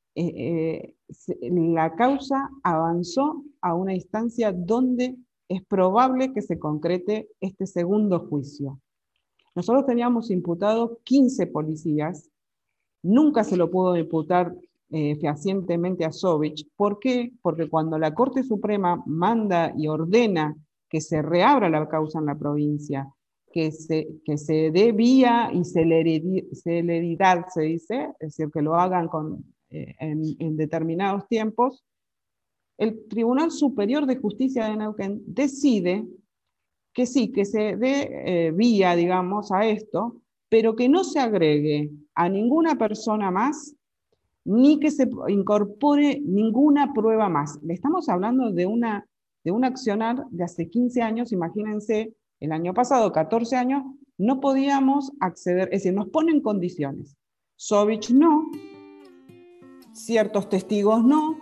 La causa avanzó a una instancia donde es probable que se concrete este segundo juicio. Nosotros teníamos imputados 15 policías, nunca se lo pudo imputar fehacientemente a Sovich. ¿Por qué? Porque cuando la Corte Suprema manda y ordena que se reabra la causa en la provincia, que se dé vía y celeridad, se dice, es decir, que lo hagan en determinados tiempos, el Tribunal Superior de Justicia de Neuquén decide que sí, que se dé vía, digamos, a esto, pero que no se agregue a ninguna persona más, ni que se incorpore ninguna prueba más. Le estamos hablando de un accionar de hace 15 años, imagínense, el año pasado, 14 años, no podíamos acceder, es decir, nos ponen condiciones. Sovich no, ciertos testigos no.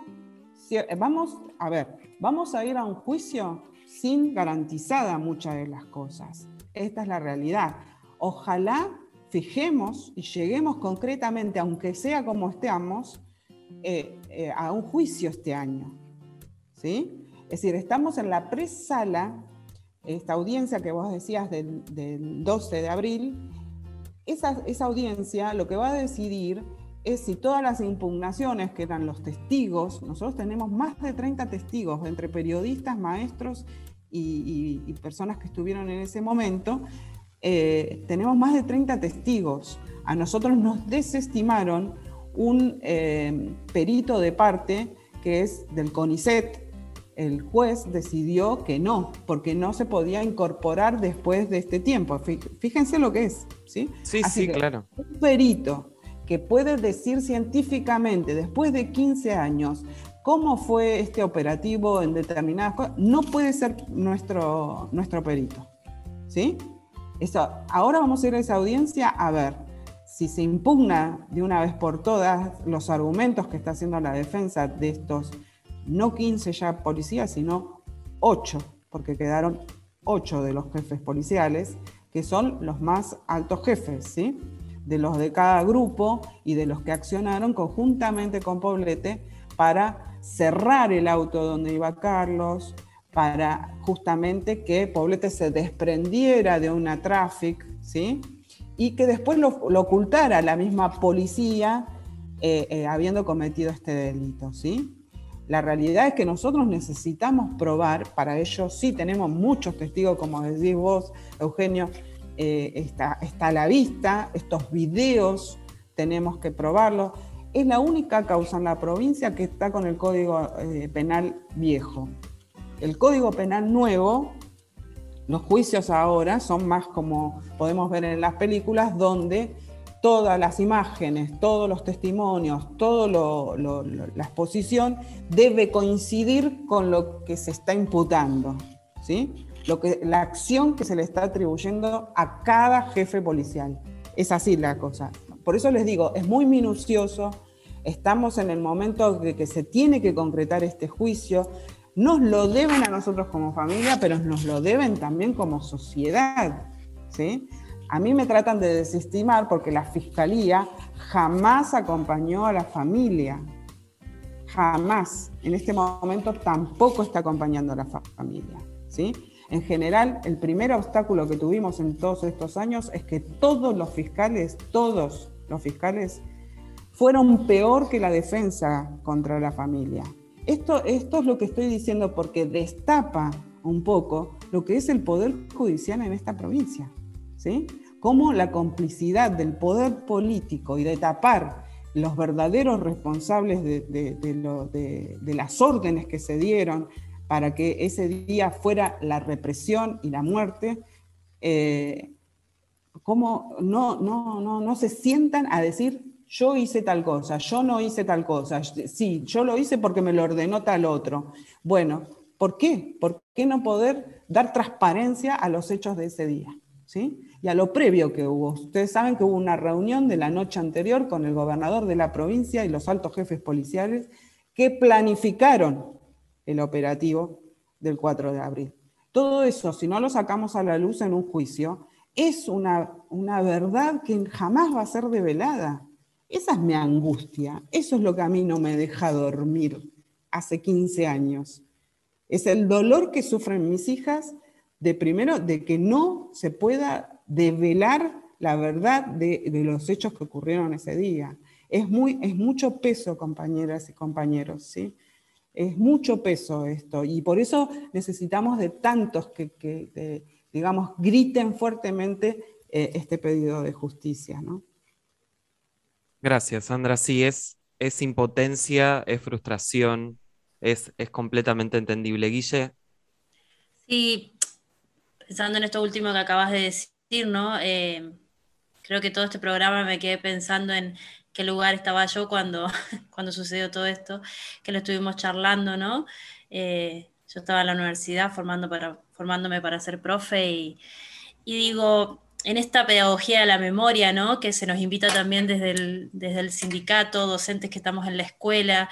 Vamos a ir a un juicio sin garantizada muchas de las cosas. Esta es la realidad. Ojalá fijemos y lleguemos concretamente, aunque sea como estemos, a un juicio este año. ¿Sí? Es decir, estamos en la presala, esta audiencia que vos decías del 12 de abril, esa audiencia lo que va a decidir es si todas las impugnaciones que eran los testigos, nosotros tenemos más de 30 testigos, entre periodistas, maestros y personas que estuvieron en ese momento, tenemos más de 30 testigos. A nosotros nos desestimaron un perito de parte que es del CONICET. El juez decidió que no, porque no se podía incorporar después de este tiempo. Fíjense lo que es, ¿sí? Sí, Así sí, claro. Un perito que puede decir científicamente, después de 15 años, cómo fue este operativo en determinadas cosas, no puede ser nuestro perito, ¿sí? Ahora vamos a ir a esa audiencia a ver si se impugna de una vez por todas los argumentos que está haciendo la defensa de estos, no 15 ya policías, sino 8, porque quedaron 8 de los jefes policiales, que son los más altos jefes, ¿sí? De los de cada grupo y de los que accionaron conjuntamente con Poblete para cerrar el auto donde iba Carlos, para justamente que Poblete se desprendiera de una traffic, ¿sí? Y que después lo ocultara la misma policía habiendo cometido este delito, ¿sí? La realidad es que nosotros necesitamos probar, para ello sí tenemos muchos testigos, como decís vos, Eugenio, está a la vista, estos videos tenemos que probarlos. Es la única causa en la provincia que está con el Código Penal viejo. El Código Penal nuevo, los juicios ahora son más como podemos ver en las películas, donde todas las imágenes, todos los testimonios, toda la exposición debe coincidir con lo que se está imputando, ¿sí? La acción que se le está atribuyendo a cada jefe policial. Es así la cosa. Por eso les digo, es muy minucioso, estamos en el momento de que se tiene que concretar este juicio. Nos lo deben a nosotros como familia, pero nos lo deben también como sociedad, ¿sí? A mí me tratan de desestimar porque la Fiscalía jamás acompañó a la familia. Jamás. En este momento tampoco está acompañando a la familia, ¿sí? En general, el primer obstáculo que tuvimos en todos estos años es que todos los fiscales fueron peor que la defensa contra la familia. Esto es lo que estoy diciendo porque destapa un poco lo que es el Poder Judicial en esta provincia, ¿sí? Cómo la complicidad del poder político y de tapar los verdaderos responsables de las órdenes que se dieron para que ese día fuera la represión y la muerte, cómo no se sientan a decir yo hice tal cosa, yo no hice tal cosa, sí, yo lo hice porque me lo ordenó tal otro. Bueno, ¿por qué? ¿Por qué no poder dar transparencia a los hechos de ese día? ¿Sí? Y a lo previo que hubo. Ustedes saben que hubo una reunión de la noche anterior con el gobernador de la provincia y los altos jefes policiales que planificaron el operativo del 4 de abril. Todo eso, si no lo sacamos a la luz en un juicio, es una verdad que jamás va a ser develada. Esa es mi angustia, eso es lo que a mí no me deja dormir hace 15 años. Es el dolor que sufren mis hijas de que no se pueda develar la verdad de los hechos que ocurrieron ese día. Es mucho peso, compañeras y compañeros, ¿sí? Es mucho peso esto, y por eso necesitamos de tantos que digamos, griten fuertemente este pedido de justicia, ¿no? Gracias, Sandra. Sí, es impotencia, es frustración, es completamente entendible. Guille. Sí, pensando en esto último que acabas de decir, ¿no? Creo que todo este programa me quedé pensando en qué lugar estaba yo cuando, cuando sucedió todo esto, que lo estuvimos charlando, ¿no? Yo estaba en la universidad formándome para ser profe y digo, en esta pedagogía de la memoria, ¿no? Que se nos invita también desde el sindicato, docentes que estamos en la escuela,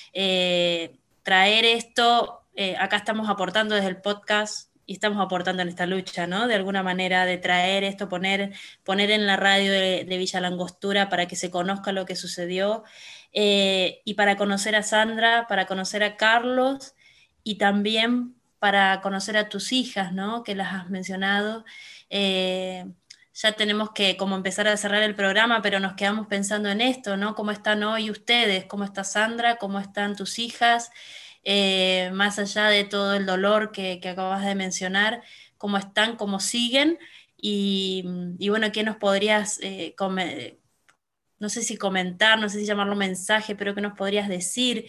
traer esto, acá estamos aportando desde el podcast y estamos aportando en esta lucha, ¿no? De alguna manera de traer esto, poner en la radio de Villa Langostura para que se conozca lo que sucedió y para conocer a Sandra, para conocer a Carlos y también para conocer a tus hijas, ¿no? Que las has mencionado. Ya tenemos que como empezar a cerrar el programa, pero nos quedamos pensando en esto, ¿no? ¿Cómo están hoy ustedes? ¿Cómo está Sandra? ¿Cómo están tus hijas? Más allá de todo el dolor que acabas de mencionar, ¿cómo están? ¿Cómo siguen? Y bueno, ¿qué nos podrías, no sé si comentar, no sé si llamarlo mensaje, pero qué nos podrías decir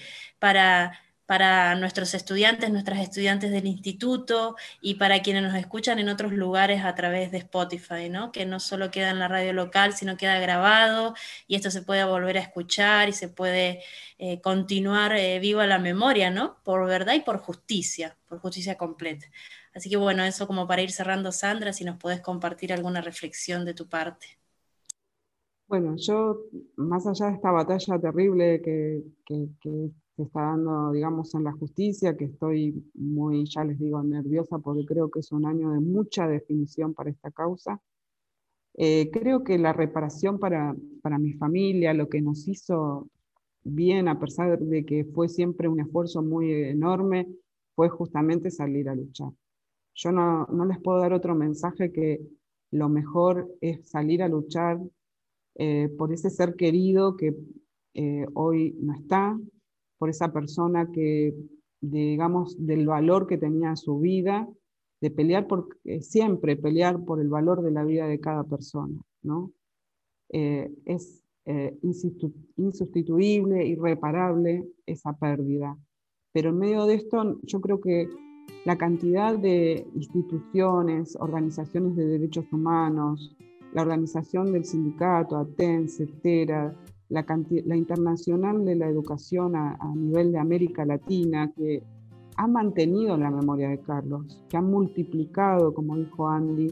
para nuestros estudiantes, nuestras estudiantes del instituto y para quienes nos escuchan en otros lugares a través de Spotify, ¿no? Que no solo queda en la radio local, sino queda grabado y esto se puede volver a escuchar y se puede continuar viva la memoria, ¿no? Por verdad y por justicia completa. Así que bueno, eso como para ir cerrando, Sandra, si nos podés compartir alguna reflexión de tu parte. Bueno, yo, más allá de esta batalla terrible que se está dando, digamos, en la justicia, que estoy muy, ya les digo, nerviosa porque creo que es un año de mucha definición para esta causa, creo que la reparación para mi familia, lo que nos hizo bien, a pesar de que fue siempre un esfuerzo muy enorme, fue justamente salir a luchar. Yo no les puedo dar otro mensaje que lo mejor es salir a luchar por ese ser querido que hoy no está, por esa persona que, digamos, del valor que tenía en su vida, de pelear siempre pelear por el valor de la vida de cada persona, ¿no? Es insustituible, irreparable esa pérdida. Pero en medio de esto, yo creo que la cantidad de instituciones, organizaciones de derechos humanos, la organización del sindicato, ATEN, CETERA, la internacional de la educación a nivel de América Latina, que ha mantenido la memoria de Carlos, que han multiplicado, como dijo Andy,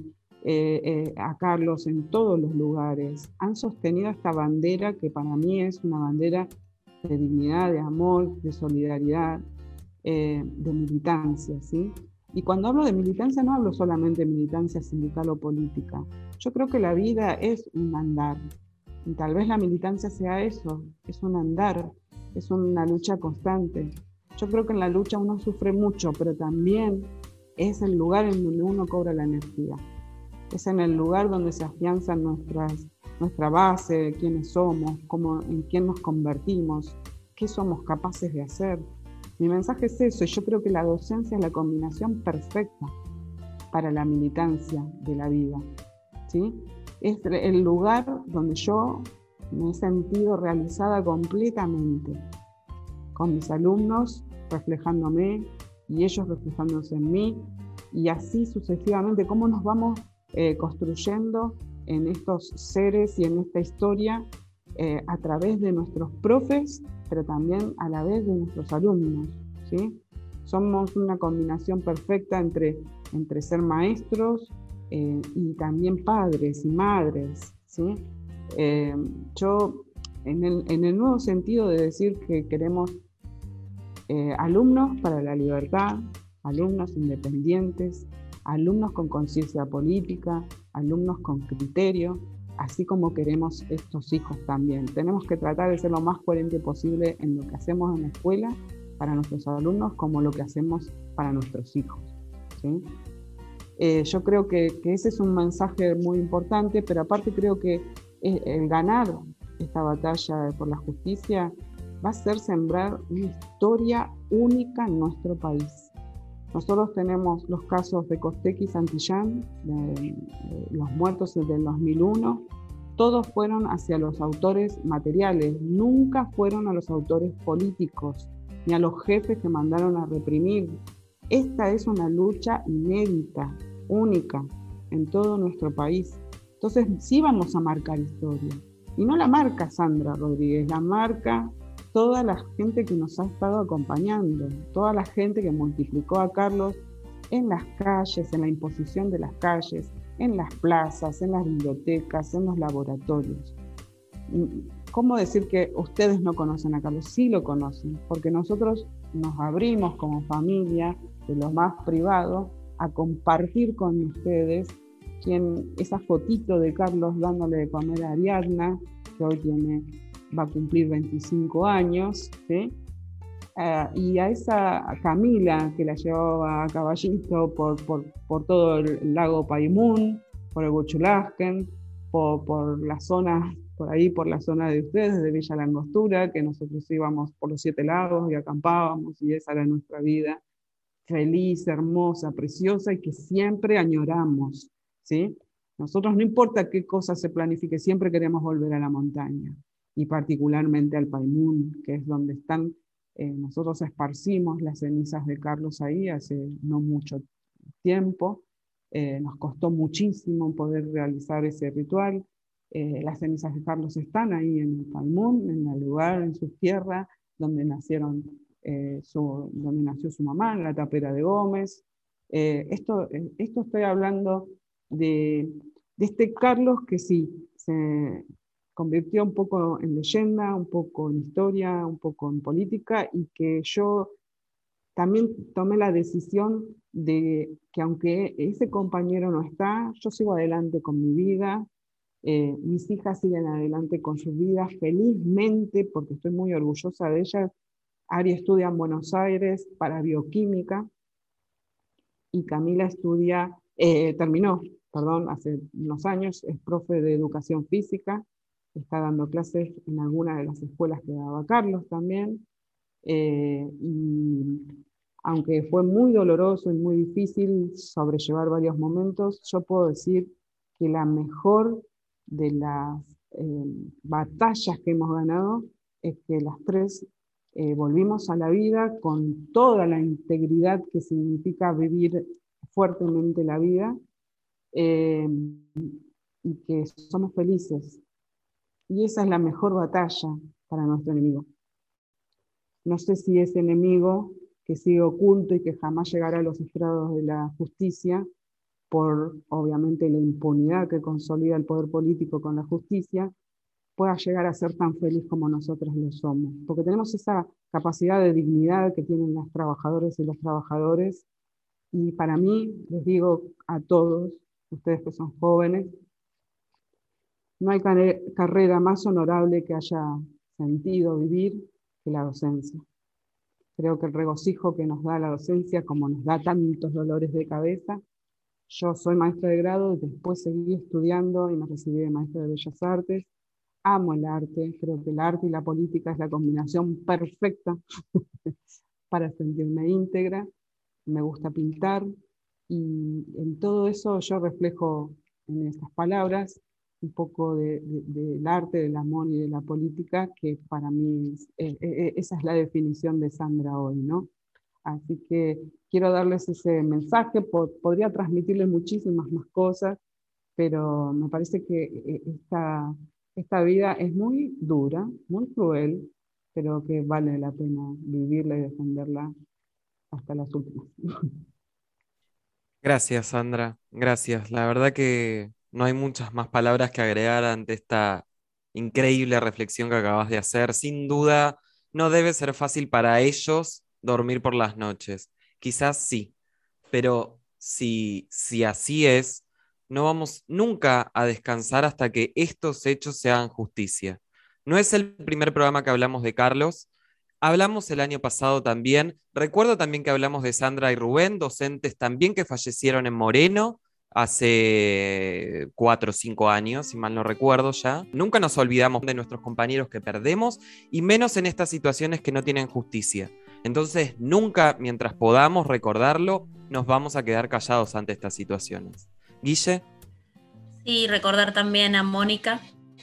a Carlos en todos los lugares, han sostenido esta bandera que para mí es una bandera de dignidad, de amor, de solidaridad, de militancia, ¿sí? Y cuando hablo de militancia no hablo solamente de militancia sindical o política. Yo creo que la vida es un andar. Y tal vez la militancia sea eso, es un andar, es una lucha constante. Yo creo que en la lucha uno sufre mucho, pero también es el lugar en donde uno cobra la energía. Es en el lugar donde se afianza nuestra base, quiénes somos, en quién nos convertimos, qué somos capaces de hacer. Mi mensaje es eso, y yo creo que la docencia es la combinación perfecta para la militancia de la vida, ¿sí? Es el lugar donde yo me he sentido realizada completamente, con mis alumnos reflejándome y ellos reflejándose en mí, y así sucesivamente, cómo nos vamos construyendo en estos seres y en esta historia a través de nuestros profes, pero también a la vez de nuestros alumnos, ¿sí? Somos una combinación perfecta entre ser maestros y también padres y madres, ¿sí? Yo, en el nuevo sentido de decir que queremos alumnos para la libertad, alumnos independientes, alumnos con conciencia política, alumnos con criterio, así como queremos estos hijos también. Tenemos que tratar de ser lo más coherente posible en lo que hacemos en la escuela para nuestros alumnos como lo que hacemos para nuestros hijos, ¿sí? Yo creo que ese es un mensaje muy importante, pero aparte creo que el ganar esta batalla por la justicia va a ser sembrar una historia única en nuestro país. Nosotros tenemos los casos de Costec y Santillán, los muertos del 2001, todos fueron hacia los autores materiales, nunca fueron a los autores políticos, ni a los jefes que mandaron a reprimir. Esta es una lucha inédita, única, en todo nuestro país. Entonces sí vamos a marcar historia. Y no la marca Sandra Rodríguez, la marca toda la gente que nos ha estado acompañando, toda la gente que multiplicó a Carlos en las calles, en la imposición de las calles, en las plazas, en las bibliotecas, en los laboratorios. ¿Cómo decir que ustedes no conocen a Carlos? Sí lo conocen, porque nosotros nos abrimos como familia, de lo más privado, a compartir con ustedes esa fotito de Carlos dándole de comer a Ariadna, que hoy va a cumplir 25 años, ¿sí? Y a esa Camila que la llevaba a caballito por todo el lago Paimún, por el Huachulasquen, por la zona, por ahí por la zona de ustedes, de Villa Langostura, que nosotros íbamos por los 7 lagos y acampábamos, y esa era nuestra vida, feliz, hermosa, preciosa, y que siempre añoramos, ¿sí? Nosotros no importa qué cosa se planifique, siempre queremos volver a la montaña, y particularmente al Paimún, que es donde están, nosotros esparcimos las cenizas de Carlos ahí hace no mucho tiempo, nos costó muchísimo poder realizar ese ritual. Las cenizas de Carlos están ahí en el Paimún, en el lugar, en su tierra, donde nació su mamá, en la Tapera de Gómez. Esto estoy hablando de este Carlos que sí, se convirtió un poco en leyenda, un poco en historia, un poco en política, y que yo también tomé la decisión de que aunque ese compañero no está, yo sigo adelante con mi vida, mis hijas siguen adelante con sus vidas felizmente, porque estoy muy orgullosa de ellas. Ari estudia en Buenos Aires para bioquímica, y Camila terminó hace unos años, es profe de educación física, está dando clases en alguna de las escuelas que daba Carlos también. Y aunque fue muy doloroso y muy difícil sobrellevar varios momentos, yo puedo decir que la mejor de las batallas que hemos ganado es que las tres volvimos a la vida con toda la integridad que significa vivir fuertemente la vida, y que somos felices. Y esa es la mejor batalla para nuestro enemigo. No sé si ese enemigo que sigue oculto y que jamás llegará a los estrados de la justicia, por obviamente la impunidad que consolida el poder político con la justicia, pueda llegar a ser tan feliz como nosotros lo somos. Porque tenemos esa capacidad de dignidad que tienen las trabajadoras y los trabajadores. Y para mí, les digo a todos, ustedes que son jóvenes, no hay carrera más honorable que haya sentido vivir que la docencia. Creo que el regocijo que nos da la docencia, como nos da tantos dolores de cabeza. Yo soy maestra de grado, después seguí estudiando y me recibí de maestra de Bellas Artes. Amo el arte, creo que el arte y la política es la combinación perfecta para sentirme íntegra. Me gusta pintar y en todo eso yo reflejo en estas palabras un poco del arte, del amor y de la política, que para mí esa es la definición de Sandra hoy, ¿no? Así que quiero darles ese mensaje, podría transmitirles muchísimas más cosas, pero me parece que esta vida es muy dura, muy cruel, pero que vale la pena vivirla y defenderla hasta las últimas. Gracias, Sandra. Gracias. La verdad que no hay muchas más palabras que agregar ante esta increíble reflexión que acabas de hacer. Sin duda, no debe ser fácil para ellos dormir por las noches. Quizás sí, pero si así es, no vamos nunca a descansar hasta que estos hechos se hagan justicia. No es el primer programa que hablamos de Carlos. Hablamos el año pasado también. Recuerdo también que hablamos de Sandra y Rubén, docentes también que fallecieron en Moreno hace 4 o 5 años, si mal no recuerdo ya. Nunca nos olvidamos de nuestros compañeros que perdemos y menos en estas situaciones que no tienen justicia. Entonces, nunca, mientras podamos recordarlo, nos vamos a quedar callados ante estas situaciones. Guille. Sí, recordar también a Mónica,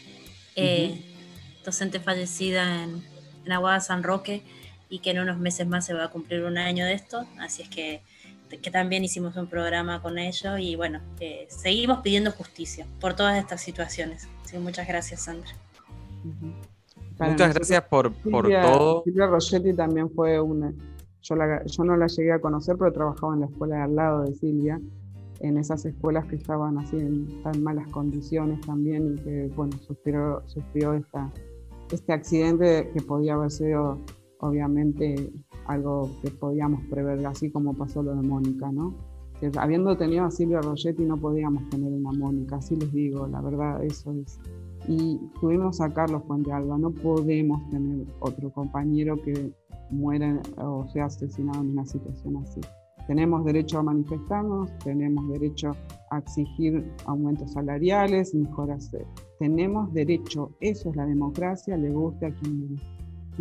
docente fallecida en Aguada San Roque, y que en unos meses más se va a cumplir 1 año de esto, así es que también hicimos un programa con ellos y bueno, seguimos pidiendo justicia por todas estas situaciones. Así que muchas gracias, Sandra. Muchas gracias por todo. Silvia Rogetti también fue yo no la llegué a conocer, pero trabajaba en la escuela de al lado de Silvia, en esas escuelas que estaban así en tan malas condiciones también, y que bueno, sufrió este accidente que podía haber sido obviamente algo que podíamos prever, así como pasó lo de Mónica, ¿no? Que habiendo tenido a Silvia Rogetti no podíamos tener una Mónica, así les digo, la verdad, eso es. Y tuvimos a Carlos Fuentealba, no podemos tener otro compañero que muera o sea asesinado en una situación así. Tenemos derecho a manifestarnos, tenemos derecho a exigir aumentos salariales, mejoras. Tenemos derecho, eso es la democracia, le guste a quien le guste.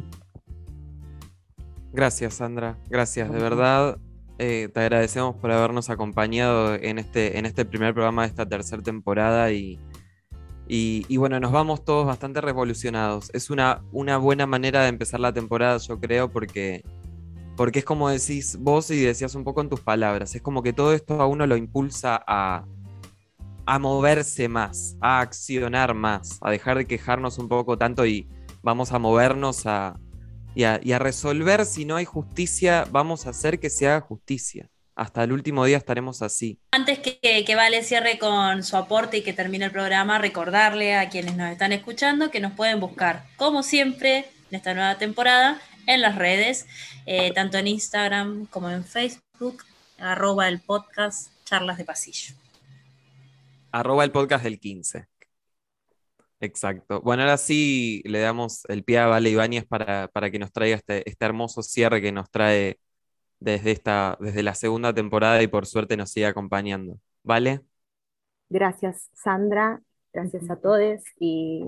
Gracias, Sandra. Gracias, de verdad. Te agradecemos por habernos acompañado en este primer programa de esta tercera temporada y bueno, nos vamos todos bastante revolucionados. Es una buena manera de empezar la temporada, yo creo, porque es como decís vos y decías un poco en tus palabras, es como que todo esto a uno lo impulsa a moverse más, a accionar más, a dejar de quejarnos un poco tanto y vamos a movernos y a resolver. Si no hay justicia, vamos a hacer que se haga justicia. Hasta el último día estaremos así. Antes que Vale cierre con su aporte y que termine el programa, recordarle a quienes nos están escuchando que nos pueden buscar, como siempre, en esta nueva temporada, en las redes, tanto en Instagram como en Facebook, @el podcast Charlas de Pasillo. @el podcast del 15. Exacto. Bueno, ahora sí le damos el pie a Vale Ibáñez para que nos traiga este hermoso cierre que nos trae desde la segunda temporada y por suerte nos sigue acompañando. ¿Vale? Gracias, Sandra. Gracias a todos y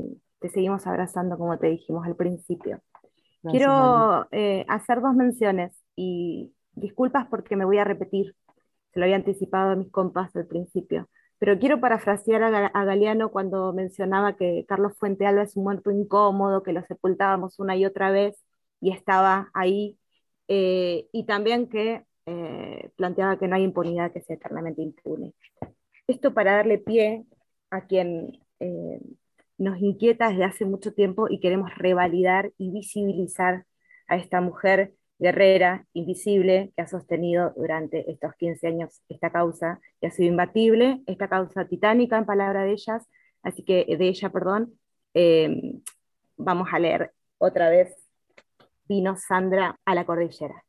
te seguimos abrazando como te dijimos al principio. Gracias, Quiero hacer 2 menciones y disculpas porque me voy a repetir, se lo había anticipado a mis compas al principio, pero quiero parafrasear a Galeano cuando mencionaba que Carlos Fuentealba es un muerto incómodo, que lo sepultábamos una y otra vez y estaba ahí, y también que planteaba que no hay impunidad que sea eternamente impune. Esto para darle pie a quien nos inquieta desde hace mucho tiempo y queremos revalidar y visibilizar a esta mujer guerrera, invisible, que ha sostenido durante estos 15 años esta causa, que ha sido imbatible, esta causa titánica en palabra de ellas, así que de ella, perdón, vamos a leer otra vez Vino Sandra a la cordillera.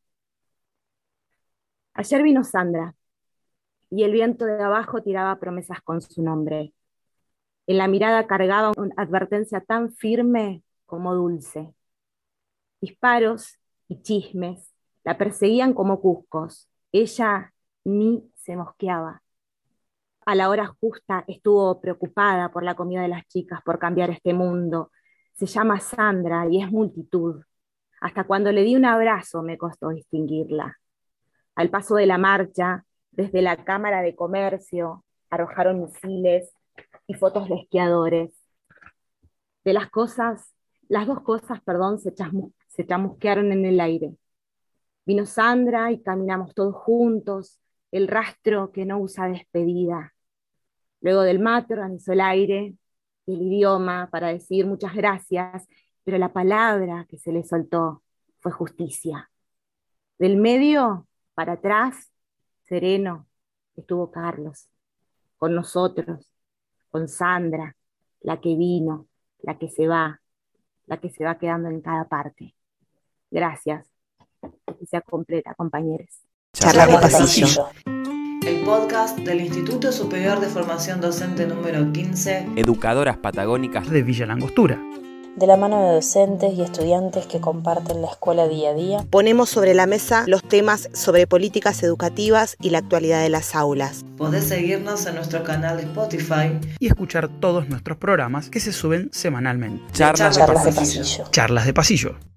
Ayer vino Sandra, y el viento de abajo tiraba promesas con su nombre. En la mirada cargaba una advertencia tan firme como dulce. Disparos y chismes la perseguían como cuscos. Ella ni se mosqueaba. A la hora justa estuvo preocupada por la comida de las chicas, por cambiar este mundo. Se llama Sandra y es multitud. Hasta cuando le di un abrazo me costó distinguirla. Al paso de la marcha, desde la Cámara de Comercio, arrojaron misiles y fotos de esquiadores. De las dos cosas, se chamusquearon en el aire. Vino Sandra y caminamos todos juntos, el rastro que no usa despedida. Luego del mate organizó el aire, el idioma para decir muchas gracias, pero la palabra que se le soltó fue justicia. Del medio para atrás, sereno, estuvo Carlos, con nosotros, con Sandra, la que vino, la que se va quedando en cada parte. Gracias. Que sea completa, compañeros. Charlas de pasillo. El podcast del Instituto Superior de Formación Docente número 15. Educadoras Patagónicas de Villa Langostura. De la mano de docentes y estudiantes que comparten la escuela día a día. Ponemos sobre la mesa los temas sobre políticas educativas y la actualidad de las aulas. Podés seguirnos en nuestro canal de Spotify Y escuchar todos nuestros programas que se suben semanalmente. Charlas Charlas de pasillo. Charlas de pasillo.